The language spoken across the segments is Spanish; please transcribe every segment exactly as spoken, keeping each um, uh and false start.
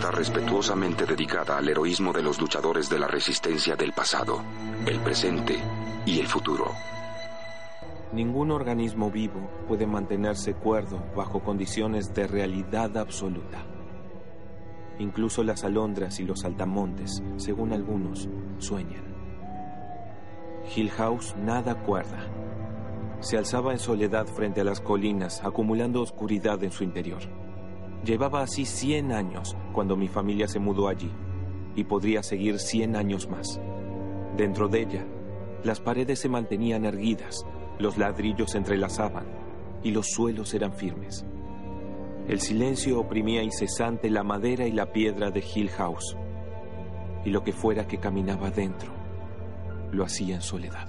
está respetuosamente dedicada al heroísmo de los luchadores de la resistencia del pasado, el presente y el futuro. Ningún organismo vivo puede mantenerse cuerdo bajo condiciones de realidad absoluta. Incluso las alondras y los saltamontes, según algunos, sueñan. Hill House nada cuerda. Se alzaba en soledad frente a las colinas, acumulando oscuridad en su interior. Llevaba así cien años cuando mi familia se mudó allí, y podría seguir cien años más. Dentro de ella, las paredes se mantenían erguidas, los ladrillos se entrelazaban y los suelos eran firmes. El silencio oprimía incesante la madera y la piedra de Hill House, y lo que fuera que caminaba dentro lo hacía en soledad.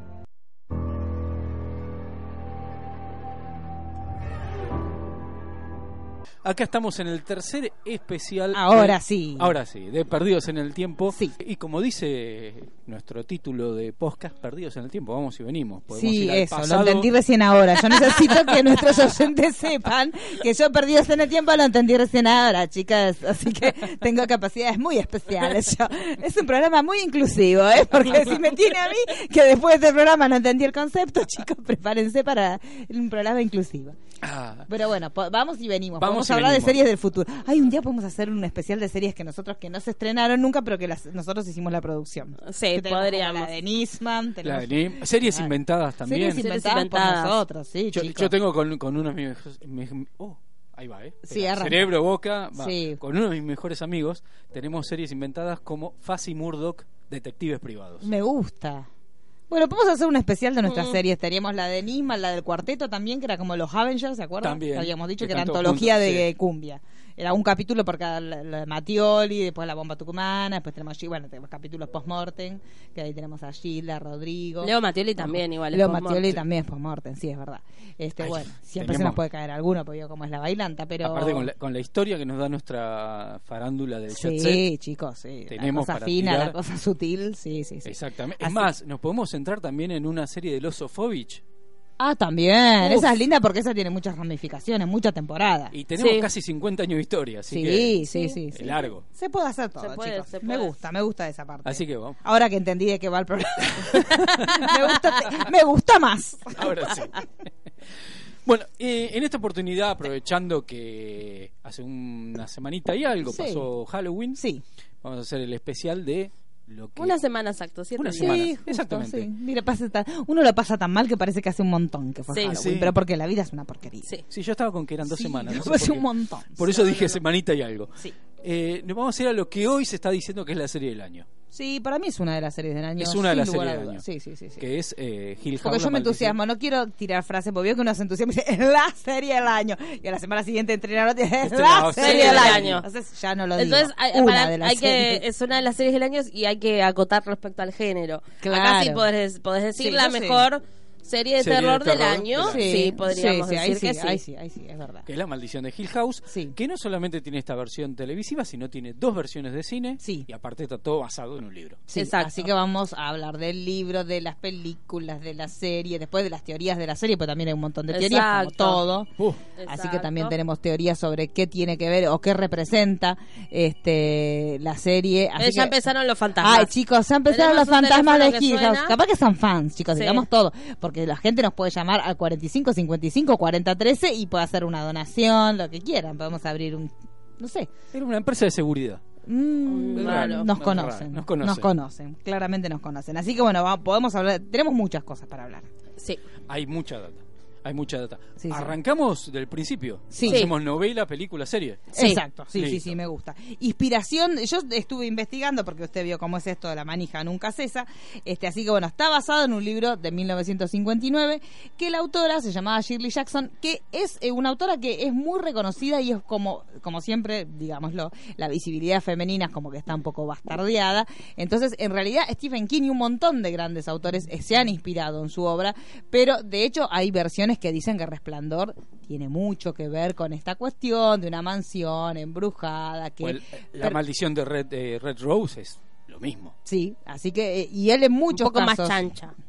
Acá estamos en el tercer especial. Ahora de, sí. Ahora sí, de Perdidos en el Tiempo. Sí. Y como dice nuestro título de podcast, Perdidos en el Tiempo, vamos y venimos. Podemos Sí, ir al eso, pasado. lo entendí recién ahora. Yo necesito que nuestros oyentes sepan que yo Perdidos en el Tiempo lo entendí recién ahora, chicas. Así que tengo capacidades muy especiales. Yo. Es un programa muy inclusivo, ¿eh? Porque si me tiene a mí, que después del programa no entendí el concepto, chicos, prepárense para un programa inclusivo. Ah. Pero bueno, po- vamos y venimos. Vamos Vamos y a hablar venimos. de series del futuro. Ay, un día podemos hacer un especial de series que nosotros que no se estrenaron nunca, pero que las, nosotros hicimos la producción. Sí, Que tenemos podríamos. como La de Nisman. La tenemos- de Nim- series Ah, inventadas también. Series inventadas, por inventadas. nosotros, sí, yo, chicos. yo tengo con, con uno de mis mejores- mi- oh, ahí va, ¿eh? Sí, Espera, arranca. cerebro, boca, va. Sí. Con uno de mis mejores amigos tenemos series inventadas como Fuzzy Murdoch, Detectives Privados. Me gusta. Bueno, podemos hacer un especial de nuestras Mm. series. Teníamos la de Nisman, la del cuarteto también, que era como los Avengers, ¿se acuerdan? También, Que habíamos dicho que que era están todos antología juntos, de sí. cumbia. Era un capítulo por cada la, la de Mattioli, después la bomba tucumana, después tenemos allí, bueno, tenemos capítulos post-mortem, que ahí tenemos a Gilda, a Rodrigo. Leo Mattioli también, igual. es Leo post-mortem. Mattioli también es post-mortem, sí, es verdad. Este, Ay, bueno, siempre se teníamos- nos puede caer alguno, porque yo como es la bailanta, pero... Aparte con la, con la historia que nos da nuestra farándula del Jet Set. Sí, chicos, sí. Tenemos la cosa para fina, tirar. la cosa sutil, sí, sí, sí. Exactamente. Así- Es más, nos podemos centrar también en una serie de los Sofovich. Ah, también. Uf. Esa es linda porque esa tiene muchas ramificaciones, mucha temporada. Y tenemos Sí. casi cincuenta años de historia, así Sí, que sí, sí, sí, sí. es largo. Se puede hacer todo, Se puede, chicos. se Me puede. gusta, me gusta esa parte. Así que vamos. Ahora que entendí de qué va el programa. me, gusta, me gusta más. Ahora sí. Bueno, eh, en esta oportunidad, aprovechando que hace una semanita y algo Sí. pasó Halloween, Sí. vamos a hacer el especial de lo que... Una semana exacto, siete Una días. semana. Sí, justo, exactamente. sí. Mira, pasa tan- uno lo pasa tan mal que parece que hace un montón que fue Sí. Halloween, Sí. pero porque la vida es una porquería. Sí. Sí, yo estaba con que eran dos Sí, semanas. No sé fue por un qué. montón. Por eso dije semanita y algo. Sí. Eh, nos vamos a ir a lo que hoy se está diciendo que es la serie del año. Sí, para mí es una de las series del año. Es una de sin las lugar series a del dudas. año. Sí, sí, sí. sí. Que es eh, Hill House. Porque la yo me maldición. entusiasmo, no quiero tirar frases, porque veo que uno se entusiasma y dice, es la serie del año. Y a la semana siguiente entrenar otra, es Este la no, serie serie del del año. año. Entonces ya no lo digo. Entonces, hay, Una para- de las hay que, series. es una de las series del año y hay que acotar respecto al género. Claro. Acá sí podés, podés decir Sí, la yo sí. mejor serie de Serie de terror del terror año. del año. Sí, podríamos sí, sí, ahí decir que sí, sí. ahí sí, ahí sí, es verdad. Que es La Maldición de Hill House, Sí. que no solamente tiene esta versión televisiva, sino tiene dos versiones de cine, Sí. y aparte está todo basado en un libro. Sí, Exacto. así que vamos a hablar del libro, de las películas, de la serie, después de las teorías de la serie, pues también hay un montón de teorías, como Exacto. todo. Uh, Así que Exacto. también tenemos teorías sobre qué tiene que ver o qué representa este la serie. Así Eh, ya que- empezaron los fantasmas. Ay, chicos, ya empezaron Tenemos los un fantasmas de teléfono que Hill House. suena. Capaz que son fans, chicos, Sí. digamos todo. Porque la gente nos puede llamar al cuarenta y cinco cincuenta y cinco cuarenta trece y puede hacer una donación, lo que quieran. Podemos abrir un. No sé. era una empresa de seguridad. Mm, Raro. nos Raro. conocen, Nos conocen. nos conocen, claramente nos conocen. Así que bueno, va- podemos hablar, tenemos muchas cosas para hablar. Sí. Hay mucha data. Hay mucha data. Sí, sí. Arrancamos del principio. Sí. Hacemos novela, película, serie. Sí. Exacto, sí, sí, Listo. sí, me gusta. Inspiración, yo estuve investigando porque usted vio cómo es esto de la manija nunca cesa, este, así que bueno, está basado en un libro de mil novecientos cincuenta y nueve que la autora se llamaba Shirley Jackson, que es eh, una autora que es muy reconocida y es como, como siempre, digámoslo, la visibilidad femenina es como que está un poco bastardeada. Entonces, en realidad, Stephen King y un montón de grandes autores eh, se han inspirado en su obra, pero de hecho hay versiones que dicen que Resplandor tiene mucho que ver con esta cuestión de una mansión embrujada que O el- la per- maldición de Red, de Red Rose es lo mismo. sí, así que eh, y él en Un muchos poco más casos chancha. Sí.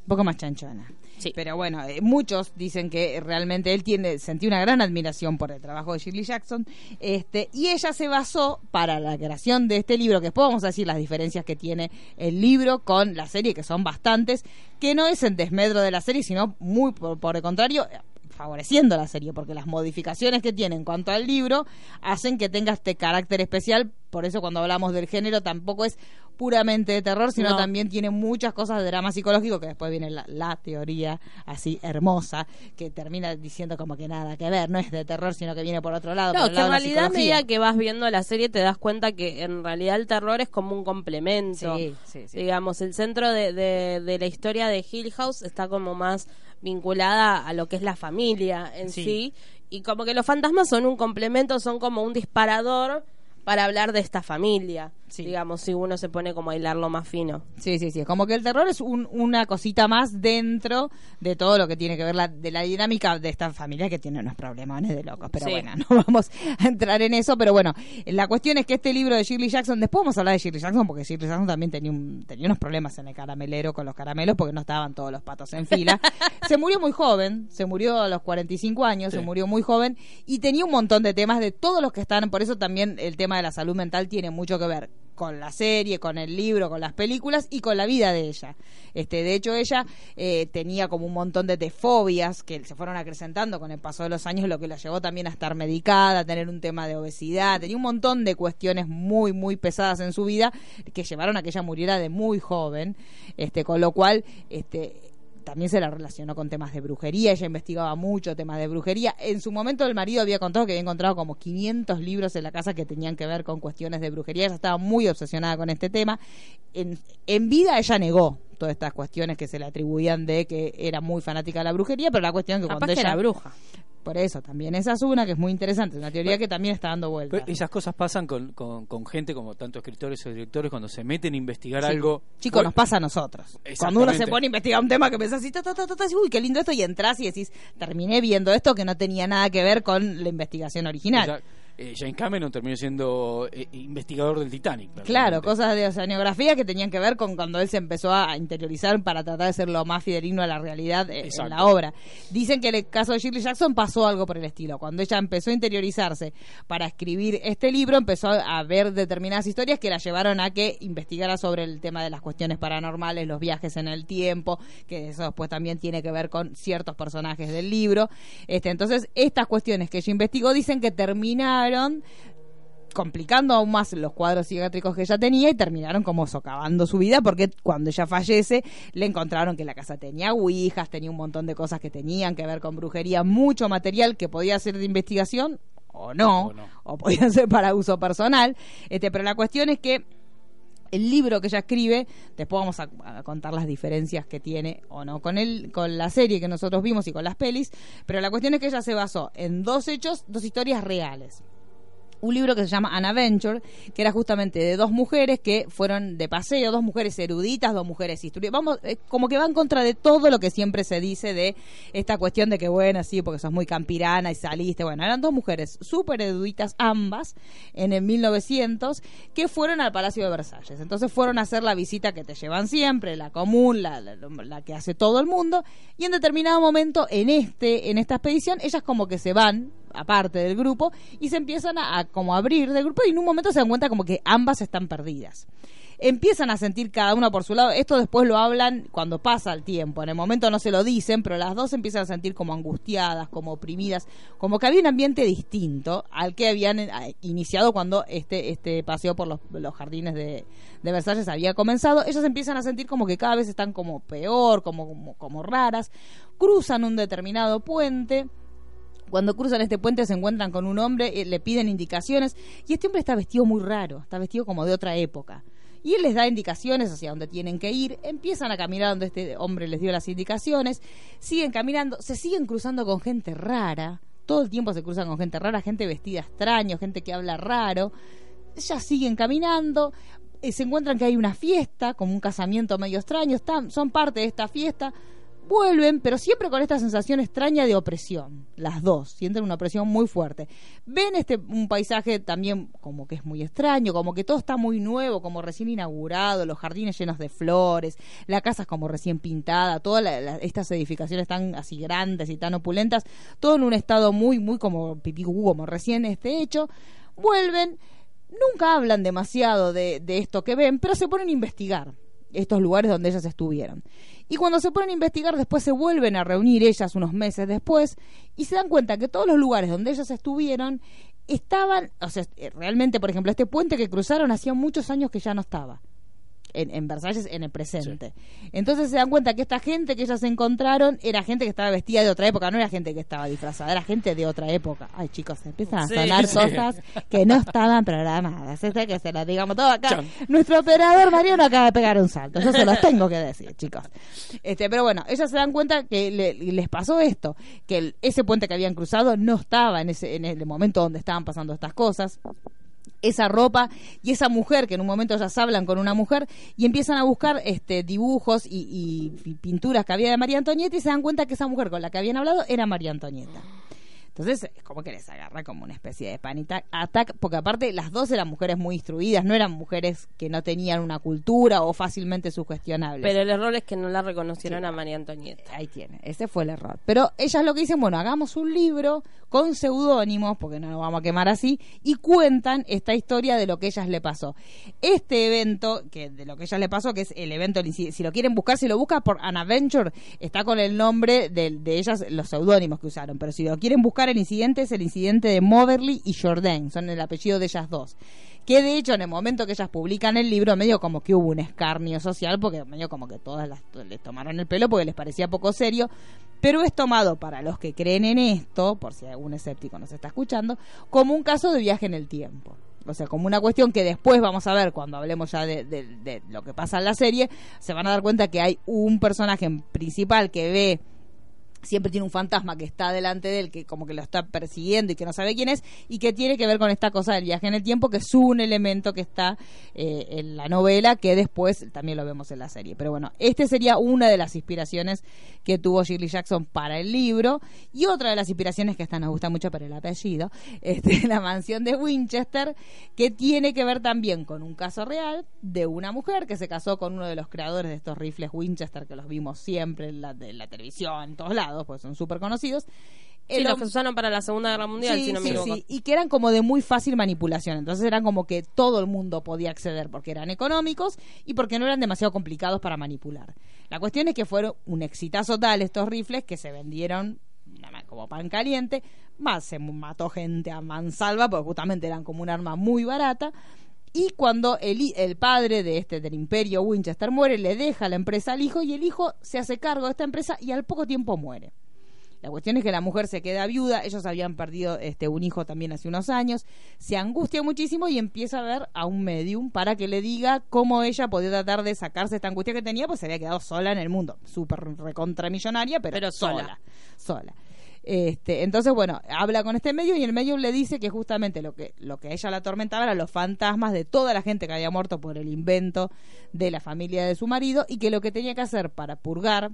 Un poco más chanchona. Sí. Pero bueno, eh, muchos dicen que realmente él tiene sentí una gran admiración por el trabajo de Shirley Jackson, este y ella se basó para la creación de este libro, que después vamos a decir las diferencias que tiene el libro con la serie, que son bastantes, que no es en desmedro de la serie, sino muy por, por el contrario, favoreciendo la serie, porque las modificaciones que tiene en cuanto al libro hacen que tenga este carácter especial. Por eso cuando hablamos del género tampoco es puramente de terror, sino No. también tiene muchas cosas de drama psicológico, que después viene la, la teoría así hermosa, que termina diciendo como que nada que ver, no es de terror, sino que viene por otro lado. No, por el que en lado de la realidad a psicología. medida que vas viendo la serie te das cuenta que en realidad el terror es como un complemento. Sí, sí, sí. Digamos, el centro de, de, de la historia de Hill House está como más vinculada a lo que es la familia en sí. Sí. Y como que los fantasmas son un complemento, son como un disparador para hablar de esta familia. Sí. Digamos, si uno se pone como a hilarlo más fino. Sí, sí, sí. Es como que el terror es un, una cosita más dentro de todo lo que tiene que ver la, de la dinámica de esta familia, que tiene unos problemones de locos. Pero Sí. bueno, no vamos a entrar en eso. Pero bueno, la cuestión es que este libro de Shirley Jackson, después vamos a hablar de Shirley Jackson, porque Shirley Jackson también tenía, un, tenía unos problemas en el caramelero con los caramelos, porque no estaban todos los patos en fila. Se murió muy joven, se murió a los cuarenta y cinco años, Sí. se murió muy joven, y tenía un montón de temas de todos los que están. Por eso también el tema de la salud mental tiene mucho que ver con la serie, con el libro, con las películas y con la vida de ella. Este, de hecho, ella eh, tenía como un montón de, de fobias que se fueron acrecentando con el paso de los años, lo que la llevó también a estar medicada, a tener un tema de obesidad. Tenía un montón de cuestiones muy, muy pesadas en su vida que llevaron a que ella muriera de muy joven, este, con lo cual... este también se la relacionó con temas de brujería. Ella investigaba mucho temas de brujería. En su momento el marido había contado que había encontrado como quinientos libros en la casa que tenían que ver con cuestiones de brujería. Ella estaba muy obsesionada con este tema. En, en vida ella negó todas estas cuestiones que se le atribuían de que era muy fanática de la brujería, pero la cuestión es que Capaz cuando que ella... era bruja. Por eso, también esa es una que es muy interesante, una teoría que también está dando vueltas. Pero esas cosas pasan con, con, con gente como tanto escritores o directores cuando se meten a investigar Sí. algo. Chicos, Fue- nos pasa a nosotros. Exactamente. Cuando uno se pone a investigar un tema que pensás así, ta, ta, ta, ta, ta, uy, qué lindo esto, y entras y decís, terminé viendo esto que no tenía nada que ver con la investigación original. o sea, eh, James Cameron terminó siendo eh, investigador del Titanic. Claro, prácticamente. cosas de oceanografía que tenían que ver con cuando él se empezó a interiorizar para tratar de ser lo más fidedigno a la realidad eh, en Exacto. la obra. Dicen que en el caso de Shirley Jackson pasó algo por el estilo. Cuando ella empezó a interiorizarse para escribir este libro, empezó a ver determinadas historias que la llevaron a que investigara sobre el tema de las cuestiones paranormales, los viajes en el tiempo, que eso después también tiene que ver con ciertos personajes del libro. Este, entonces, estas cuestiones que ella investigó dicen que terminaron complicando aún más los cuadros psiquiátricos que ella tenía y terminaron como socavando su vida, porque cuando ella fallece le encontraron que la casa tenía ouijas, tenía un montón de cosas que tenían que ver con brujería, mucho material que podía ser de investigación o no, O no. o podían ser para uso personal, este, pero la cuestión es que el libro que ella escribe, después vamos a, a contar las diferencias que tiene o no con el, con la serie que nosotros vimos y con las pelis, pero la cuestión es que ella se basó en dos hechos, dos historias reales. Un libro que se llama An Adventure, que era justamente de dos mujeres que fueron de paseo, dos mujeres eruditas, dos mujeres históricas. Vamos, eh, como que va en contra de todo lo que siempre se dice de esta cuestión de que, bueno, sí, porque sos muy campirana y saliste. Bueno, eran dos mujeres súper eruditas ambas en el mil novecientos que fueron al Palacio de Versalles. Entonces fueron a hacer la visita que te llevan siempre, la común, la, la, la que hace todo el mundo. Y en determinado momento, en este en esta expedición, ellas como que se van aparte del grupo y se empiezan a, a como abrir del grupo y en un momento se dan cuenta como que ambas están perdidas. Empiezan a sentir cada una por su lado. Esto después lo hablan cuando pasa el tiempo. En el momento no se lo dicen, pero las dos empiezan a sentir como angustiadas, como oprimidas, como que había un ambiente distinto al que habían eh, iniciado cuando este este paseo por los, los jardines de, de Versalles había comenzado. Ellas empiezan a sentir como que cada vez están como peor, como, como, como raras. Cruzan un determinado puente. Cuando cruzan este puente se encuentran con un hombre, eh, le piden indicaciones y este hombre está vestido muy raro, está vestido como de otra época. Y él les da indicaciones hacia dónde tienen que ir, empiezan a caminar donde este hombre les dio las indicaciones, siguen caminando, se siguen cruzando con gente rara, todo el tiempo se cruzan con gente rara, gente vestida extraño, gente que habla raro, ellas siguen caminando, eh, se encuentran que hay una fiesta, como un casamiento medio extraño, están, son parte de esta fiesta. vuelven, pero siempre con esta sensación extraña de opresión. Las dos sienten una opresión muy fuerte. Ven este un paisaje también como que es muy extraño, como que todo está muy nuevo, como recién inaugurado, los jardines llenos de flores, la casa es como recién pintada, todas la, la, estas edificaciones tan así grandes y tan opulentas, todo en un estado muy, muy como pipí cucú, como recién este hecho. Vuelven, nunca hablan demasiado de, de esto que ven, pero se ponen a investigar estos lugares donde ellas estuvieron. Y cuando se ponen a investigar, después se vuelven a reunir ellas unos meses después y se dan cuenta que todos los lugares donde ellas estuvieron estaban, o sea, realmente, por ejemplo, este puente que cruzaron hacía muchos años que ya no estaba. En, en Versalles, en el presente. Sí. Entonces se dan cuenta que esta gente que ellas encontraron era gente que estaba vestida de otra época, no era gente que estaba disfrazada, era gente de otra época. Ay, chicos, se empiezan a sonar sí, cosas sí. que no estaban programadas. Este que se las digamos todo acá. Chan. Nuestro operador Mariano acaba de pegar un salto. Yo se los tengo que decir, chicos. Este, pero bueno, ellas se dan cuenta que le, les pasó esto, que el, ese puente que habían cruzado no estaba en ese en el momento donde estaban pasando estas cosas. Esa ropa y esa mujer, que en un momento ellas hablan con una mujer y empiezan a buscar este dibujos y, y, y pinturas que había de María Antonieta y se dan cuenta que esa mujer con la que habían hablado era María Antonieta. Entonces es como que les agarra como una especie de panic attack, porque aparte las dos eran mujeres muy instruidas, no eran mujeres que no tenían una cultura o fácilmente sugestionables. Pero el error es que no la reconocieron sí. a María Antonieta. Ahí tiene, ese fue el error. Pero ellas lo que dicen, bueno, hagamos un libro con seudónimos, porque no nos vamos a quemar así, y cuentan esta historia de lo que ellas le pasó. Este evento, que de lo que ellas le pasó, que es el evento, si lo quieren buscar, si lo buscan por An Adventure, está con el nombre de, de ellas, los seudónimos que usaron, pero si lo quieren buscar, el incidente es el incidente de Moberly y Jourdain, son el apellido de ellas dos, que de hecho en el momento que ellas publican el libro medio como que hubo un escarnio social, porque medio como que todas las, les tomaron el pelo porque les parecía poco serio, pero es tomado para los que creen en esto, por si algún escéptico nos está escuchando, como un caso de viaje en el tiempo. O sea, como una cuestión que después vamos a ver cuando hablemos ya de, de, de lo que pasa en la serie, se van a dar cuenta que hay un personaje principal que ve, siempre tiene un fantasma que está delante de él, que como que lo está persiguiendo y que no sabe quién es, y que tiene que ver con esta cosa del viaje en el tiempo, que es un elemento que está eh, en la novela, que después también lo vemos en la serie. Pero bueno, este sería una de las inspiraciones que tuvo Shirley Jackson para el libro, y otra de las inspiraciones que esta nos gusta mucho por el apellido, este, La mansión de Winchester, que tiene que ver también con un caso real de una mujer que se casó con uno de los creadores de estos rifles Winchester, que los vimos siempre en la, de la televisión, en todos lados, pues son súper conocidos. Sí, el, los que se usaron para la Segunda Guerra Mundial, sí, si no me sí, equivoco. Sí, y que eran como de muy fácil manipulación, entonces eran como que todo el mundo podía acceder porque eran económicos y porque no eran demasiado complicados para manipular. La cuestión es que fueron un exitazo tal estos rifles que se vendieron como pan caliente, más se mató gente a mansalva porque justamente eran como un arma muy barata. Y cuando el, el padre de este del imperio Winchester muere, le deja la empresa al hijo y el hijo se hace cargo de esta empresa y al poco tiempo muere. La cuestión es que la mujer se queda viuda, ellos habían perdido este un hijo también hace unos años, se angustia muchísimo y empieza a ver a un medium para que le diga cómo ella podía tratar de sacarse esta angustia que tenía, pues se había quedado sola en el mundo, súper recontramillonaria, pero, pero sola, sola. Este, entonces, bueno, habla con este medium y el medium le dice que justamente lo que, lo que a ella la atormentaba eran los fantasmas de toda la gente que había muerto por el invento de la familia de su marido y que lo que tenía que hacer para purgar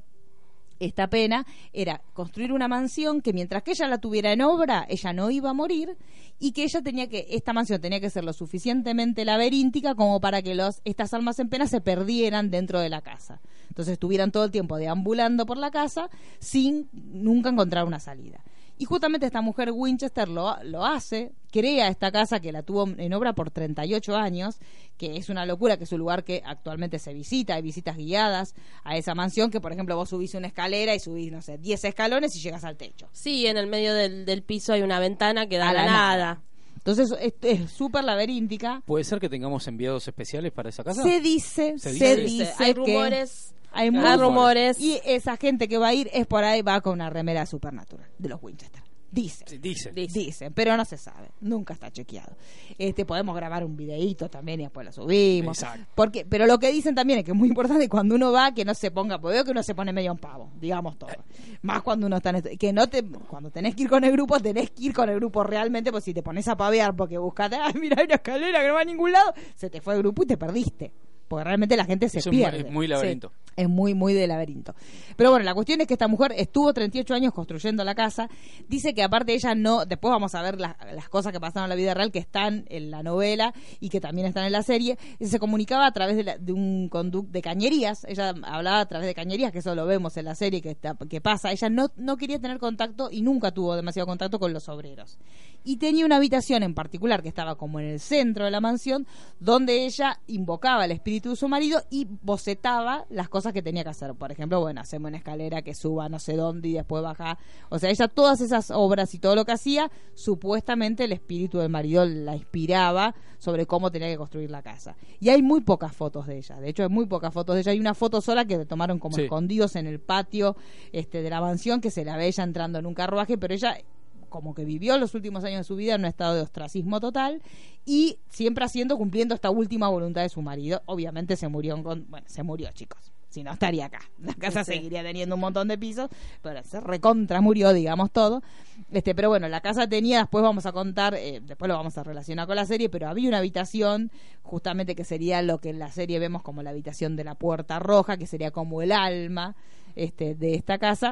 esta pena era construir una mansión que mientras que ella la tuviera en obra, ella no iba a morir y que ella tenía que, esta mansión tenía que ser lo suficientemente laberíntica como para que los, estas almas en pena se perdieran dentro de la casa. Entonces estuvieran todo el tiempo deambulando por la casa sin nunca encontrar una salida. Y justamente esta mujer Winchester lo, lo hace, crea esta casa que la tuvo en obra por treinta y ocho años, que es una locura, que es un lugar que actualmente se visita, hay visitas guiadas a esa mansión, que por ejemplo vos subís una escalera y subís, no sé, diez escalones y llegas al techo. Sí, en el medio del, del piso hay una ventana que da a la, la nada. nada. Entonces es súper laberíntica. ¿Puede ser que tengamos enviados especiales para esa casa? Se dice, se dice, se dice hay rumores... Hay, hay rumores. Y esa gente que va a ir es por ahí, va con una remera supernatural de los Winchester. Dicen. Sí, dicen. Dicen, pero no se sabe. Nunca está chequeado. Este, podemos grabar un videíto también y después lo subimos. Exacto. Porque, pero lo que dicen también es que es muy importante cuando uno va que no se ponga, porque veo que uno se pone medio un pavo, digamos todo. Más cuando uno está en esto. Que no te, cuando tenés que ir con el grupo, tenés que ir con el grupo realmente, porque si te pones a pavear porque buscaste, ay, mira, hay una escalera que no va a ningún lado, se te fue el grupo y te perdiste. Porque realmente la gente se Eso pierde. Es muy laberinto. Sí. Es muy, muy de laberinto. Pero bueno, la cuestión es que esta mujer estuvo treinta y ocho años construyendo la casa. Dice que aparte ella no... Después vamos a ver las, las cosas que pasaron en la vida real que están en la novela y que también están en la serie. Se comunicaba a través de, la, de un conducto de cañerías. Ella hablaba a través de cañerías, que eso lo vemos en la serie que, está, que pasa. Ella no, no quería tener contacto y nunca tuvo demasiado contacto con los obreros. Y tenía una habitación en particular que estaba como en el centro de la mansión, donde ella invocaba el espíritu de su marido y bocetaba las cosas que tenía que hacer. Por ejemplo, bueno, hacemos una escalera que suba no sé dónde y después baja. O sea, ella todas esas obras y todo lo que hacía, supuestamente el espíritu del marido la inspiraba sobre cómo tenía que construir la casa. Y hay muy pocas fotos de ella. De hecho, hay muy pocas fotos de ella. Hay una foto sola que tomaron como sí. escondidos en el patio este, de la mansión, que se la ve ella entrando en un carruaje, pero ella como que vivió los últimos años de su vida en un estado de ostracismo total y siempre haciendo, cumpliendo esta última voluntad de su marido. Obviamente se murió, con, bueno, se murió, chicos. Si no, estaría acá. La casa sí. seguiría teniendo un montón de pisos, pero se recontra murió, digamos, todo. Este, pero bueno, la casa tenía, después vamos a contar, eh, después lo vamos a relacionar con la serie, pero había una habitación, justamente que sería lo que en la serie vemos como la habitación de la Puerta Roja, que sería como el alma este, de esta casa.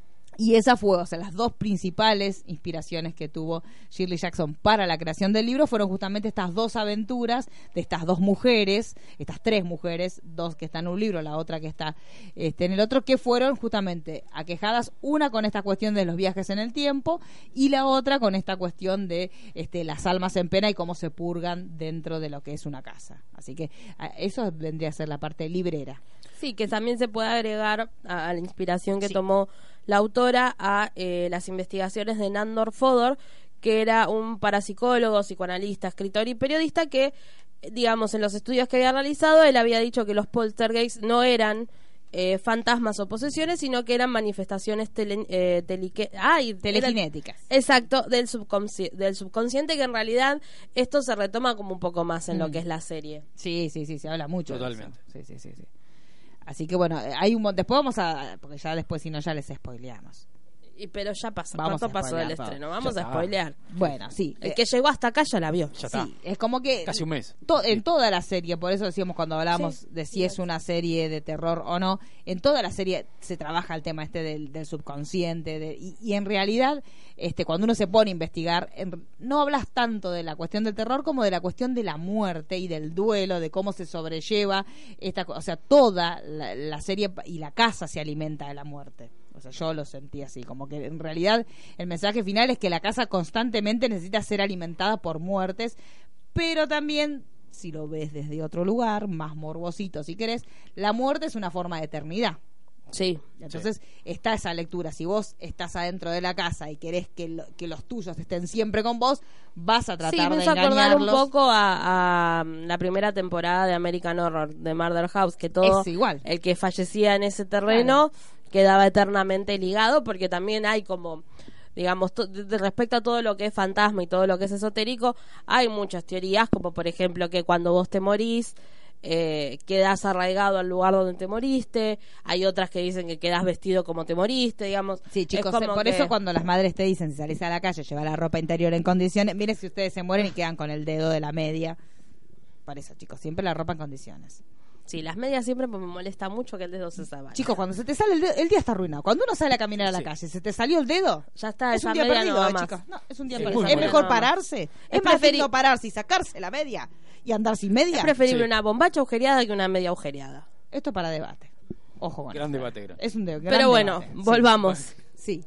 Y esa fue, o sea, las dos principales inspiraciones que tuvo Shirley Jackson para la creación del libro fueron justamente estas dos aventuras de estas dos mujeres, estas tres mujeres, dos que están en un libro, la otra que está este, en el otro, que fueron justamente aquejadas, una con esta cuestión de los viajes en el tiempo y la otra con esta cuestión de este, las almas en pena y cómo se purgan dentro de lo que es una casa. Así que eso vendría a ser la parte librera. Sí, que también se puede agregar a, a la inspiración que sí. tomó la autora a eh, las investigaciones de Nandor Fodor, que era un parapsicólogo, psicoanalista, escritor y periodista que, digamos, en los estudios que había realizado, él había dicho que los poltergeists no eran eh, fantasmas o posesiones, sino que eran manifestaciones tele, eh, telique, ay, telequinéticas. Eran, exacto, del, subconsci del subconsciente, que en realidad esto se retoma como un poco más en mm. lo que es la serie. Sí, sí, sí, se habla mucho. Totalmente. De eso. Sí, sí, sí, sí. Así que bueno, hay un después vamos a, porque ya después si no ya les spoileamos. Y pero ya pasó, vamos ¿cuánto pasó del todo. estreno? Vamos a spoilear. Bueno, sí. El que llegó hasta acá ya la vio. Ya está. Sí, es como que casi un mes. To, en toda la serie, por eso decíamos cuando hablábamos sí, de si sí, es una serie de terror o no, en toda la serie se trabaja el tema este del, del subconsciente de, y, y en realidad este cuando uno se pone a investigar en, no hablas tanto de la cuestión del terror como de la cuestión de la muerte y del duelo, de cómo se sobrelleva esta, o sea, toda la, la serie y la casa se alimenta de la muerte. O sea, yo lo sentí así, como que en realidad el mensaje final es que la casa constantemente necesita ser alimentada por muertes, pero también, si lo ves desde otro lugar, más morbosito si querés, la muerte es una forma de eternidad. Sí. Entonces sí. está esa lectura. Si vos estás adentro de la casa y querés que, lo, que los tuyos estén siempre con vos, vas a tratar sí, de engañarlos. Sí, me hizo acordar un poco a, a la primera temporada de American Horror, de Murder House, que todo es igual. El que fallecía en ese terreno claro. quedaba eternamente ligado, porque también hay como... digamos, to- de respecto a todo lo que es fantasma y todo lo que es esotérico, hay muchas teorías, como por ejemplo que cuando vos te morís, eh, quedás arraigado al lugar donde te moriste. Hay otras que dicen que quedás vestido como te moriste, digamos. Sí, chicos, es como por que... eso cuando las madres te dicen, si salís a la calle, lleva la ropa interior en condiciones, miren si ustedes se mueren y quedan con el dedo de la media. Por eso, chicos, siempre la ropa en condiciones. Sí, las medias siempre me molesta mucho que el dedo se salga. Chicos, cuando se te sale el dedo, el día está arruinado. Cuando uno sale a caminar a la sí. calle, se te salió el dedo, ya está, es esa un día media perdido, no va eh, más. chicos. No, es un día Sí, perdido. es Es mejor no pararse. Es, es más lindo pararse y sacarse la media y andar sin media. Es preferible sí. una bombacha agujereada que una media agujereada. Esto es para debate. Ojo, bueno. Gran debate, gran. Es un de- gran Pero bueno, debate. volvamos. Sí. sí.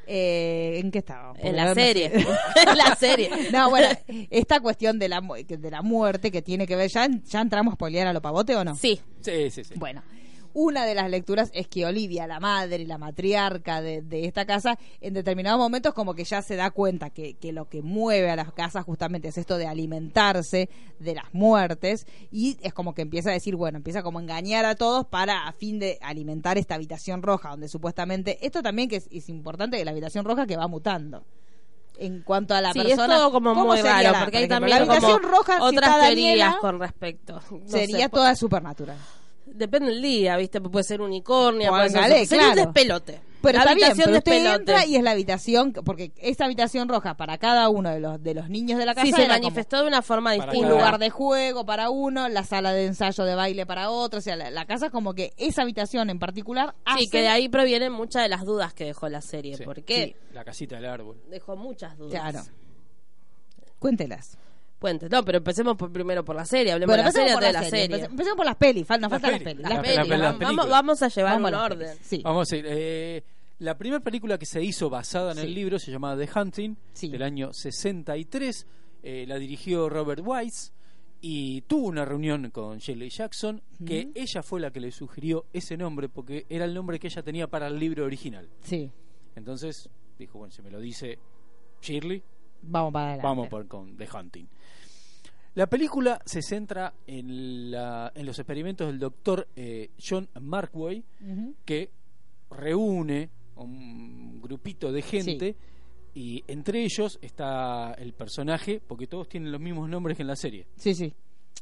Eh, ¿En qué estábamos? En la serie. En la serie. No, bueno, esta cuestión de la, mu- de la muerte que tiene que ver, ¿ya, ya entramos a spoilear a lo pavote o no? Sí. Sí, sí, sí. Bueno, una de las lecturas es que Olivia, la madre, la matriarca de, de esta casa, en determinados momentos como que ya se da cuenta que, que lo que mueve a las casas justamente es esto de alimentarse de las muertes, y es como que empieza a decir, bueno, empieza como a engañar a todos para a fin de alimentar esta habitación roja, donde supuestamente, esto también que es, es importante, que la habitación roja que va mutando. En cuanto a la sí, persona, es todo como ¿cómo muy sería raro, la- porque por hay ejemplo, también la habitación como roja, si otras está teorías Daniela, con respecto. No sería sé, toda supernatural. Depende del día, ¿viste? Puede ser unicornio, puede ser, Póngale, sería un claro. despelote. Pero La está bien, habitación pero de usted pelote. entra y es la habitación, porque esa habitación roja para cada uno de los de los niños de la casa Sí, se era como manifestó de una forma Para distinta. un cada- lugar de juego para uno, la sala de ensayo de baile para otro, o sea, la, la casa como que esa habitación en particular hace... Sí, que de ahí provienen muchas de las dudas que dejó la serie. Sí. Porque La casita del árbol. dejó muchas dudas. Claro. Cuéntelas. Puentes. No, pero empecemos por, primero por la serie. Hablemos Bueno, de la serie empecemos por antes de la la serie. serie. Empece- Empecemos por las pelis, fal- nos Las faltan las pelis. pelis. Las La- pelis, la- la- vamos, película. vamos a llevar Vamos un a las orden. pelis, Sí. Vamos a ir. Eh, la primera película que se hizo basada en Sí. el libro se llamaba The Hunting, Sí. del año sesenta y tres. Eh, la dirigió Robert Wise y tuvo una reunión con Shirley Jackson, que ella fue la que le sugirió ese nombre porque era el nombre que ella tenía para el libro original. Sí, Entonces dijo, bueno, si me lo dice Shirley, vamos para adelante. vamos por, con The Hunting. La película se centra en, la, en los experimentos del doctor eh, John Markway, Ujú. que reúne un grupito de gente y entre ellos está el personaje, porque todos tienen los mismos nombres que en la serie, Sí, sí.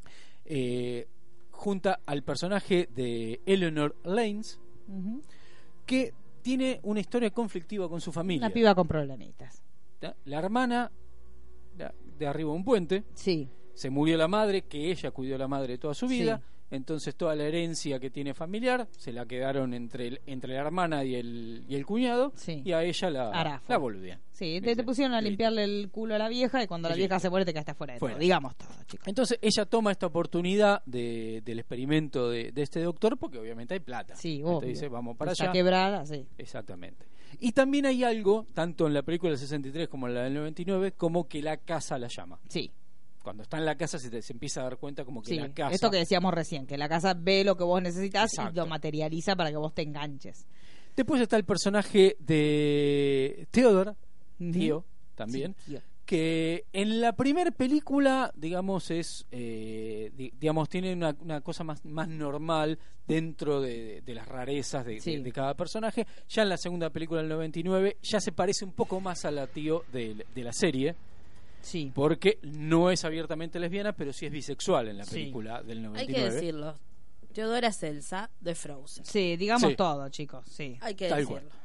eh, junta al personaje de Eleanor Lanes, Ujú. que tiene una historia conflictiva con su familia. Una piba con problemitas. ¿tá? La hermana de- de arriba de un puente, Sí. se murió la madre, que ella cuidó a la madre toda su vida, entonces toda la herencia que tiene familiar se la quedaron entre el- entre la hermana y el, y el cuñado, Sí. y a ella la, Arafo. la boludean. Sí, te, te pusieron a limpiarle el culo a la vieja y cuando la Sí. vieja se muere te quedaste fuera de Fuera. todo. Digamos todo, chicos. Entonces ella toma esta oportunidad de, del experimento de, de este doctor, porque obviamente hay plata. Sí, Entonces obvio. dice, vamos para Está allá. quebrada, sí. Exactamente. Y también hay algo, tanto en la película del sesenta y tres como en la del noventa y nueve, como que la casa la llama. Sí. Cuando está en la casa se, te- se empieza a dar cuenta como que Sí, la casa... esto que decíamos recién, que la casa ve lo que vos necesitas y Exacto. lo materializa para que vos te enganches. Después está el personaje de Theodore, Ujú. tío, también, Sí, tío. que en la primera película, digamos, es, eh, di- digamos, tiene una, una cosa más, más normal dentro de, de- de las rarezas de, Sí. de- de cada personaje. Ya en la segunda película del noventa y nueve ya se parece un poco más a la tío de, de la serie, Sí. porque no es abiertamente lesbiana, pero sí es bisexual en la Sí. película del Hay noventa y que nueve. decirlo. Teodora es Elsa de Frozen. Sí, digamos Sí. todo, chicos. Sí. Hay que Tal decirlo. cual.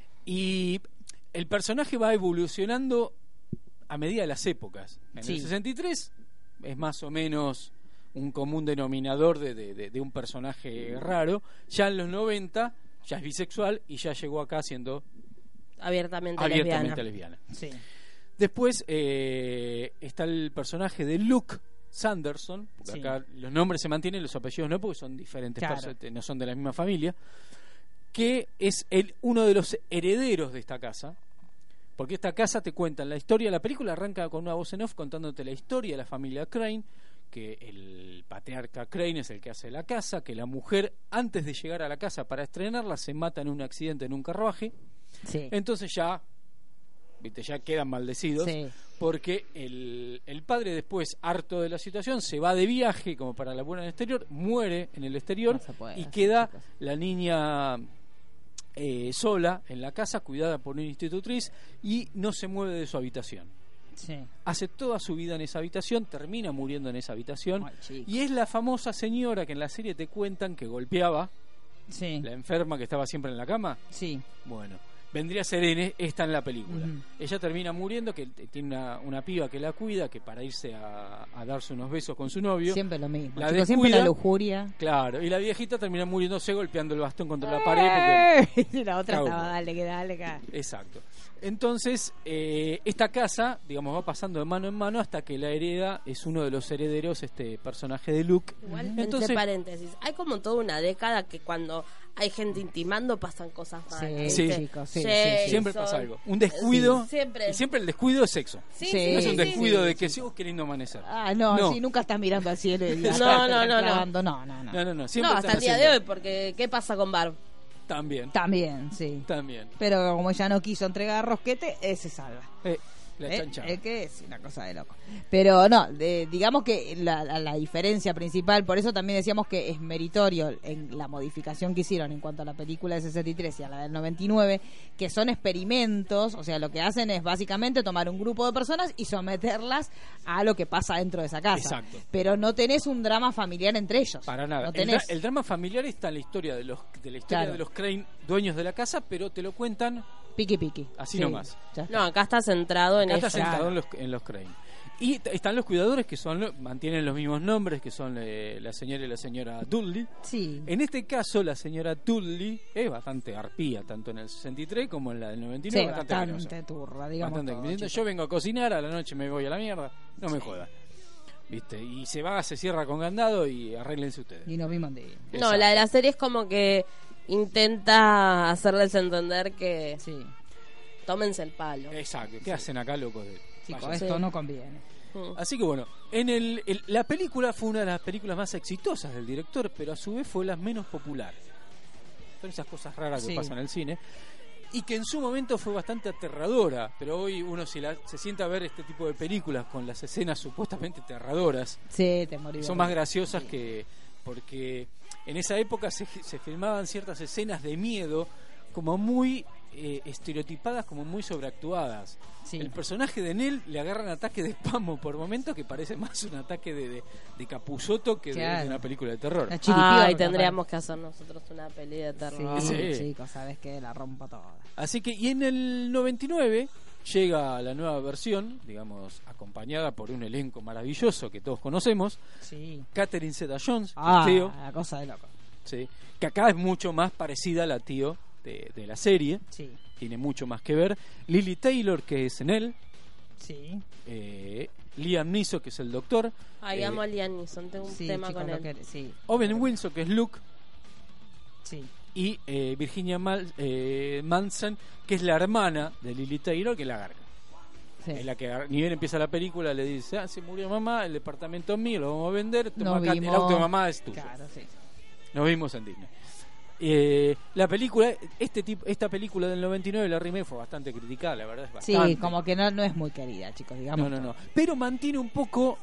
Y el personaje va evolucionando a medida de las épocas. En Sí. el sesenta y tres es más o menos un común denominador de, de- de- de un personaje raro. Ya en los noventa ya es bisexual y ya llegó acá siendo Abiertamente, abiertamente lesbiana. lesbiana. Sí. Después eh, está el personaje de Luke Sanderson, porque Sí. acá los nombres se mantienen, los apellidos no, porque son diferentes Claro. personas, no son de la misma familia, que es el uno de los herederos de esta casa, porque esta casa te cuenta la historia, la película arranca con una voz en off contándote la historia de la familia Crane, que el patriarca Crane es el que hace la casa, que la mujer antes de llegar a la casa para estrenarla se mata en un accidente en un carruaje, Sí. entonces ya viste ya quedan maldecidos Sí. porque el, el padre después, harto de la situación, se va de viaje como para laburar en el exterior, muere en el exterior No se puede y hacer, queda chicos. la niña eh, sola en la casa, cuidada por una institutriz, y no se mueve de su habitación. Sí. Hace toda su vida en esa habitación, termina muriendo en esa habitación, Ay, chico. y es la famosa señora que en la serie te cuentan que golpeaba, Sí. la enferma que estaba siempre en la cama. Sí. Bueno, vendría a ser en e- esta en la película. Ujú. Ella termina muriendo, que t- tiene una, una piba que la cuida, que para irse a, a darse unos besos con su novio. Siempre lo mismo. La chicos, siempre descuida. la lujuria. Claro, y la viejita termina muriéndose golpeando el bastón contra la pared. Porque... Y la otra Chau. estaba, dale, que dale, que Exacto. Entonces, eh, esta casa, digamos, va pasando de mano en mano hasta que la hereda es uno de los herederos, este personaje de Luke. Igual, Entonces, entre paréntesis, hay como toda una década que cuando hay gente intimando pasan cosas malas. Sí, ¿viste? chicos, sí, sí, Jason, sí. siempre pasa algo. Un descuido. Sí, siempre. Y siempre el descuido es sexo. Sí, Sí, sí, No es un sí, descuido sí. de que si vos qué lindo amanecer. Ah, no, No. sí, nunca estás mirando al cielo y No, atrás te no, están no, no. clavando. no, no, no. No, no, no. No, Siempre hasta están el día de haciendo- hoy, porque ¿qué pasa con Barb? También. También, sí. También. Pero como ella no quiso entregar rosquete, ese salva. Eh, La ¿Eh? chanchada. Es que es una cosa de loco. Pero no, de- digamos que la, la- la diferencia principal, por eso también decíamos que es meritorio en la modificación que hicieron en cuanto a la película del sesenta y tres y a la del noventa y nueve, que son experimentos, o sea, lo que hacen es básicamente tomar un grupo de personas y someterlas a lo que pasa dentro de esa casa. Exacto. Pero no tenés un drama familiar entre ellos. Para nada. No el, tenés. dra- el drama familiar está en la historia de los de la historia Claro. de los Crane, dueños de la casa, pero te lo cuentan Piqui piqui. así Sí, nomás. ya está. No, acá está centrado en Acá está ella. sentado en los, en los Crane. Y t- están los cuidadores que son lo- mantienen los mismos nombres, que son eh, la señora y la señora Dudley. Sí. En este caso, la señora Dudley es bastante arpía, tanto en el sesenta y tres como en la del noventa y Sí, nueve. bastante bastante cariñosa. turra, digamos. Bastante todo, diciendo, chicos. yo vengo a cocinar, a la noche me voy a la mierda, no me jodas. ¿Viste? Y se va, se cierra con candado y arréglense ustedes. Y nos vimos de... No, Exacto. la de la serie es como que intenta hacerles entender que Sí. tómense el palo. Exacto, ¿qué hacen acá, locos? de- Chicos, Vayan. esto Sí. no conviene. Mm. Así que bueno, en el, el- la película fue una de las películas más exitosas del director, pero a su vez fue la menos popular. Son esas cosas raras que Sí. pasan en el cine. Y que en su momento fue bastante aterradora, pero hoy uno si la- se sienta a ver este tipo de películas con las escenas supuestamente aterradoras, Sí, te morí. son más graciosas que... porque en esa época se, se filmaban ciertas escenas de miedo como muy eh, estereotipadas, como muy sobreactuadas. Sí. El personaje de Nell le agarran ataque de espasmo por momentos que parece más un ataque de, de, de Capusotto que de- Claro. de, una película de terror. La chiripiorca, Ay, tendríamos que hacer nosotros una peli de terror. Sí, Sí. chicos, sabes que la rompo toda. Así que, y en el noventa y nueve llega la nueva versión, digamos, acompañada por un elenco maravilloso que todos conocemos, Sí. Catherine Zeta-Jones, Ah, Tío, la cosa de loco. ¿sí? Que acá es mucho más parecida a la Tío de, de la serie, Sí. tiene mucho más que ver. Lily Taylor, que es Nell, Sí. eh, Liam Neeson, que es el Doctor, Ay, eh, amo a Liam Neeson, tengo un Sí, tema chicos, con lo él. que- sí. Owen Wilson, que es Luke, Sí. y eh, Virginia Mal, eh, Manson, que es la hermana de Lily Taylor, que es la garga. Sí. Es la que ni bien empieza la película le dice, ah, se murió mamá, el departamento es mío, lo vamos a vender, toma Nos acá, el vimos- auto de mamá es tuyo. Claro, sí. Nos vimos en Disney. Eh, la película, este tipo, esta película del noventa y nueve, la remake, fue bastante criticada, la verdad es bastante. Sí, como que no, no es muy querida, chicos, digamos. No, no, no. Pero mantiene un poco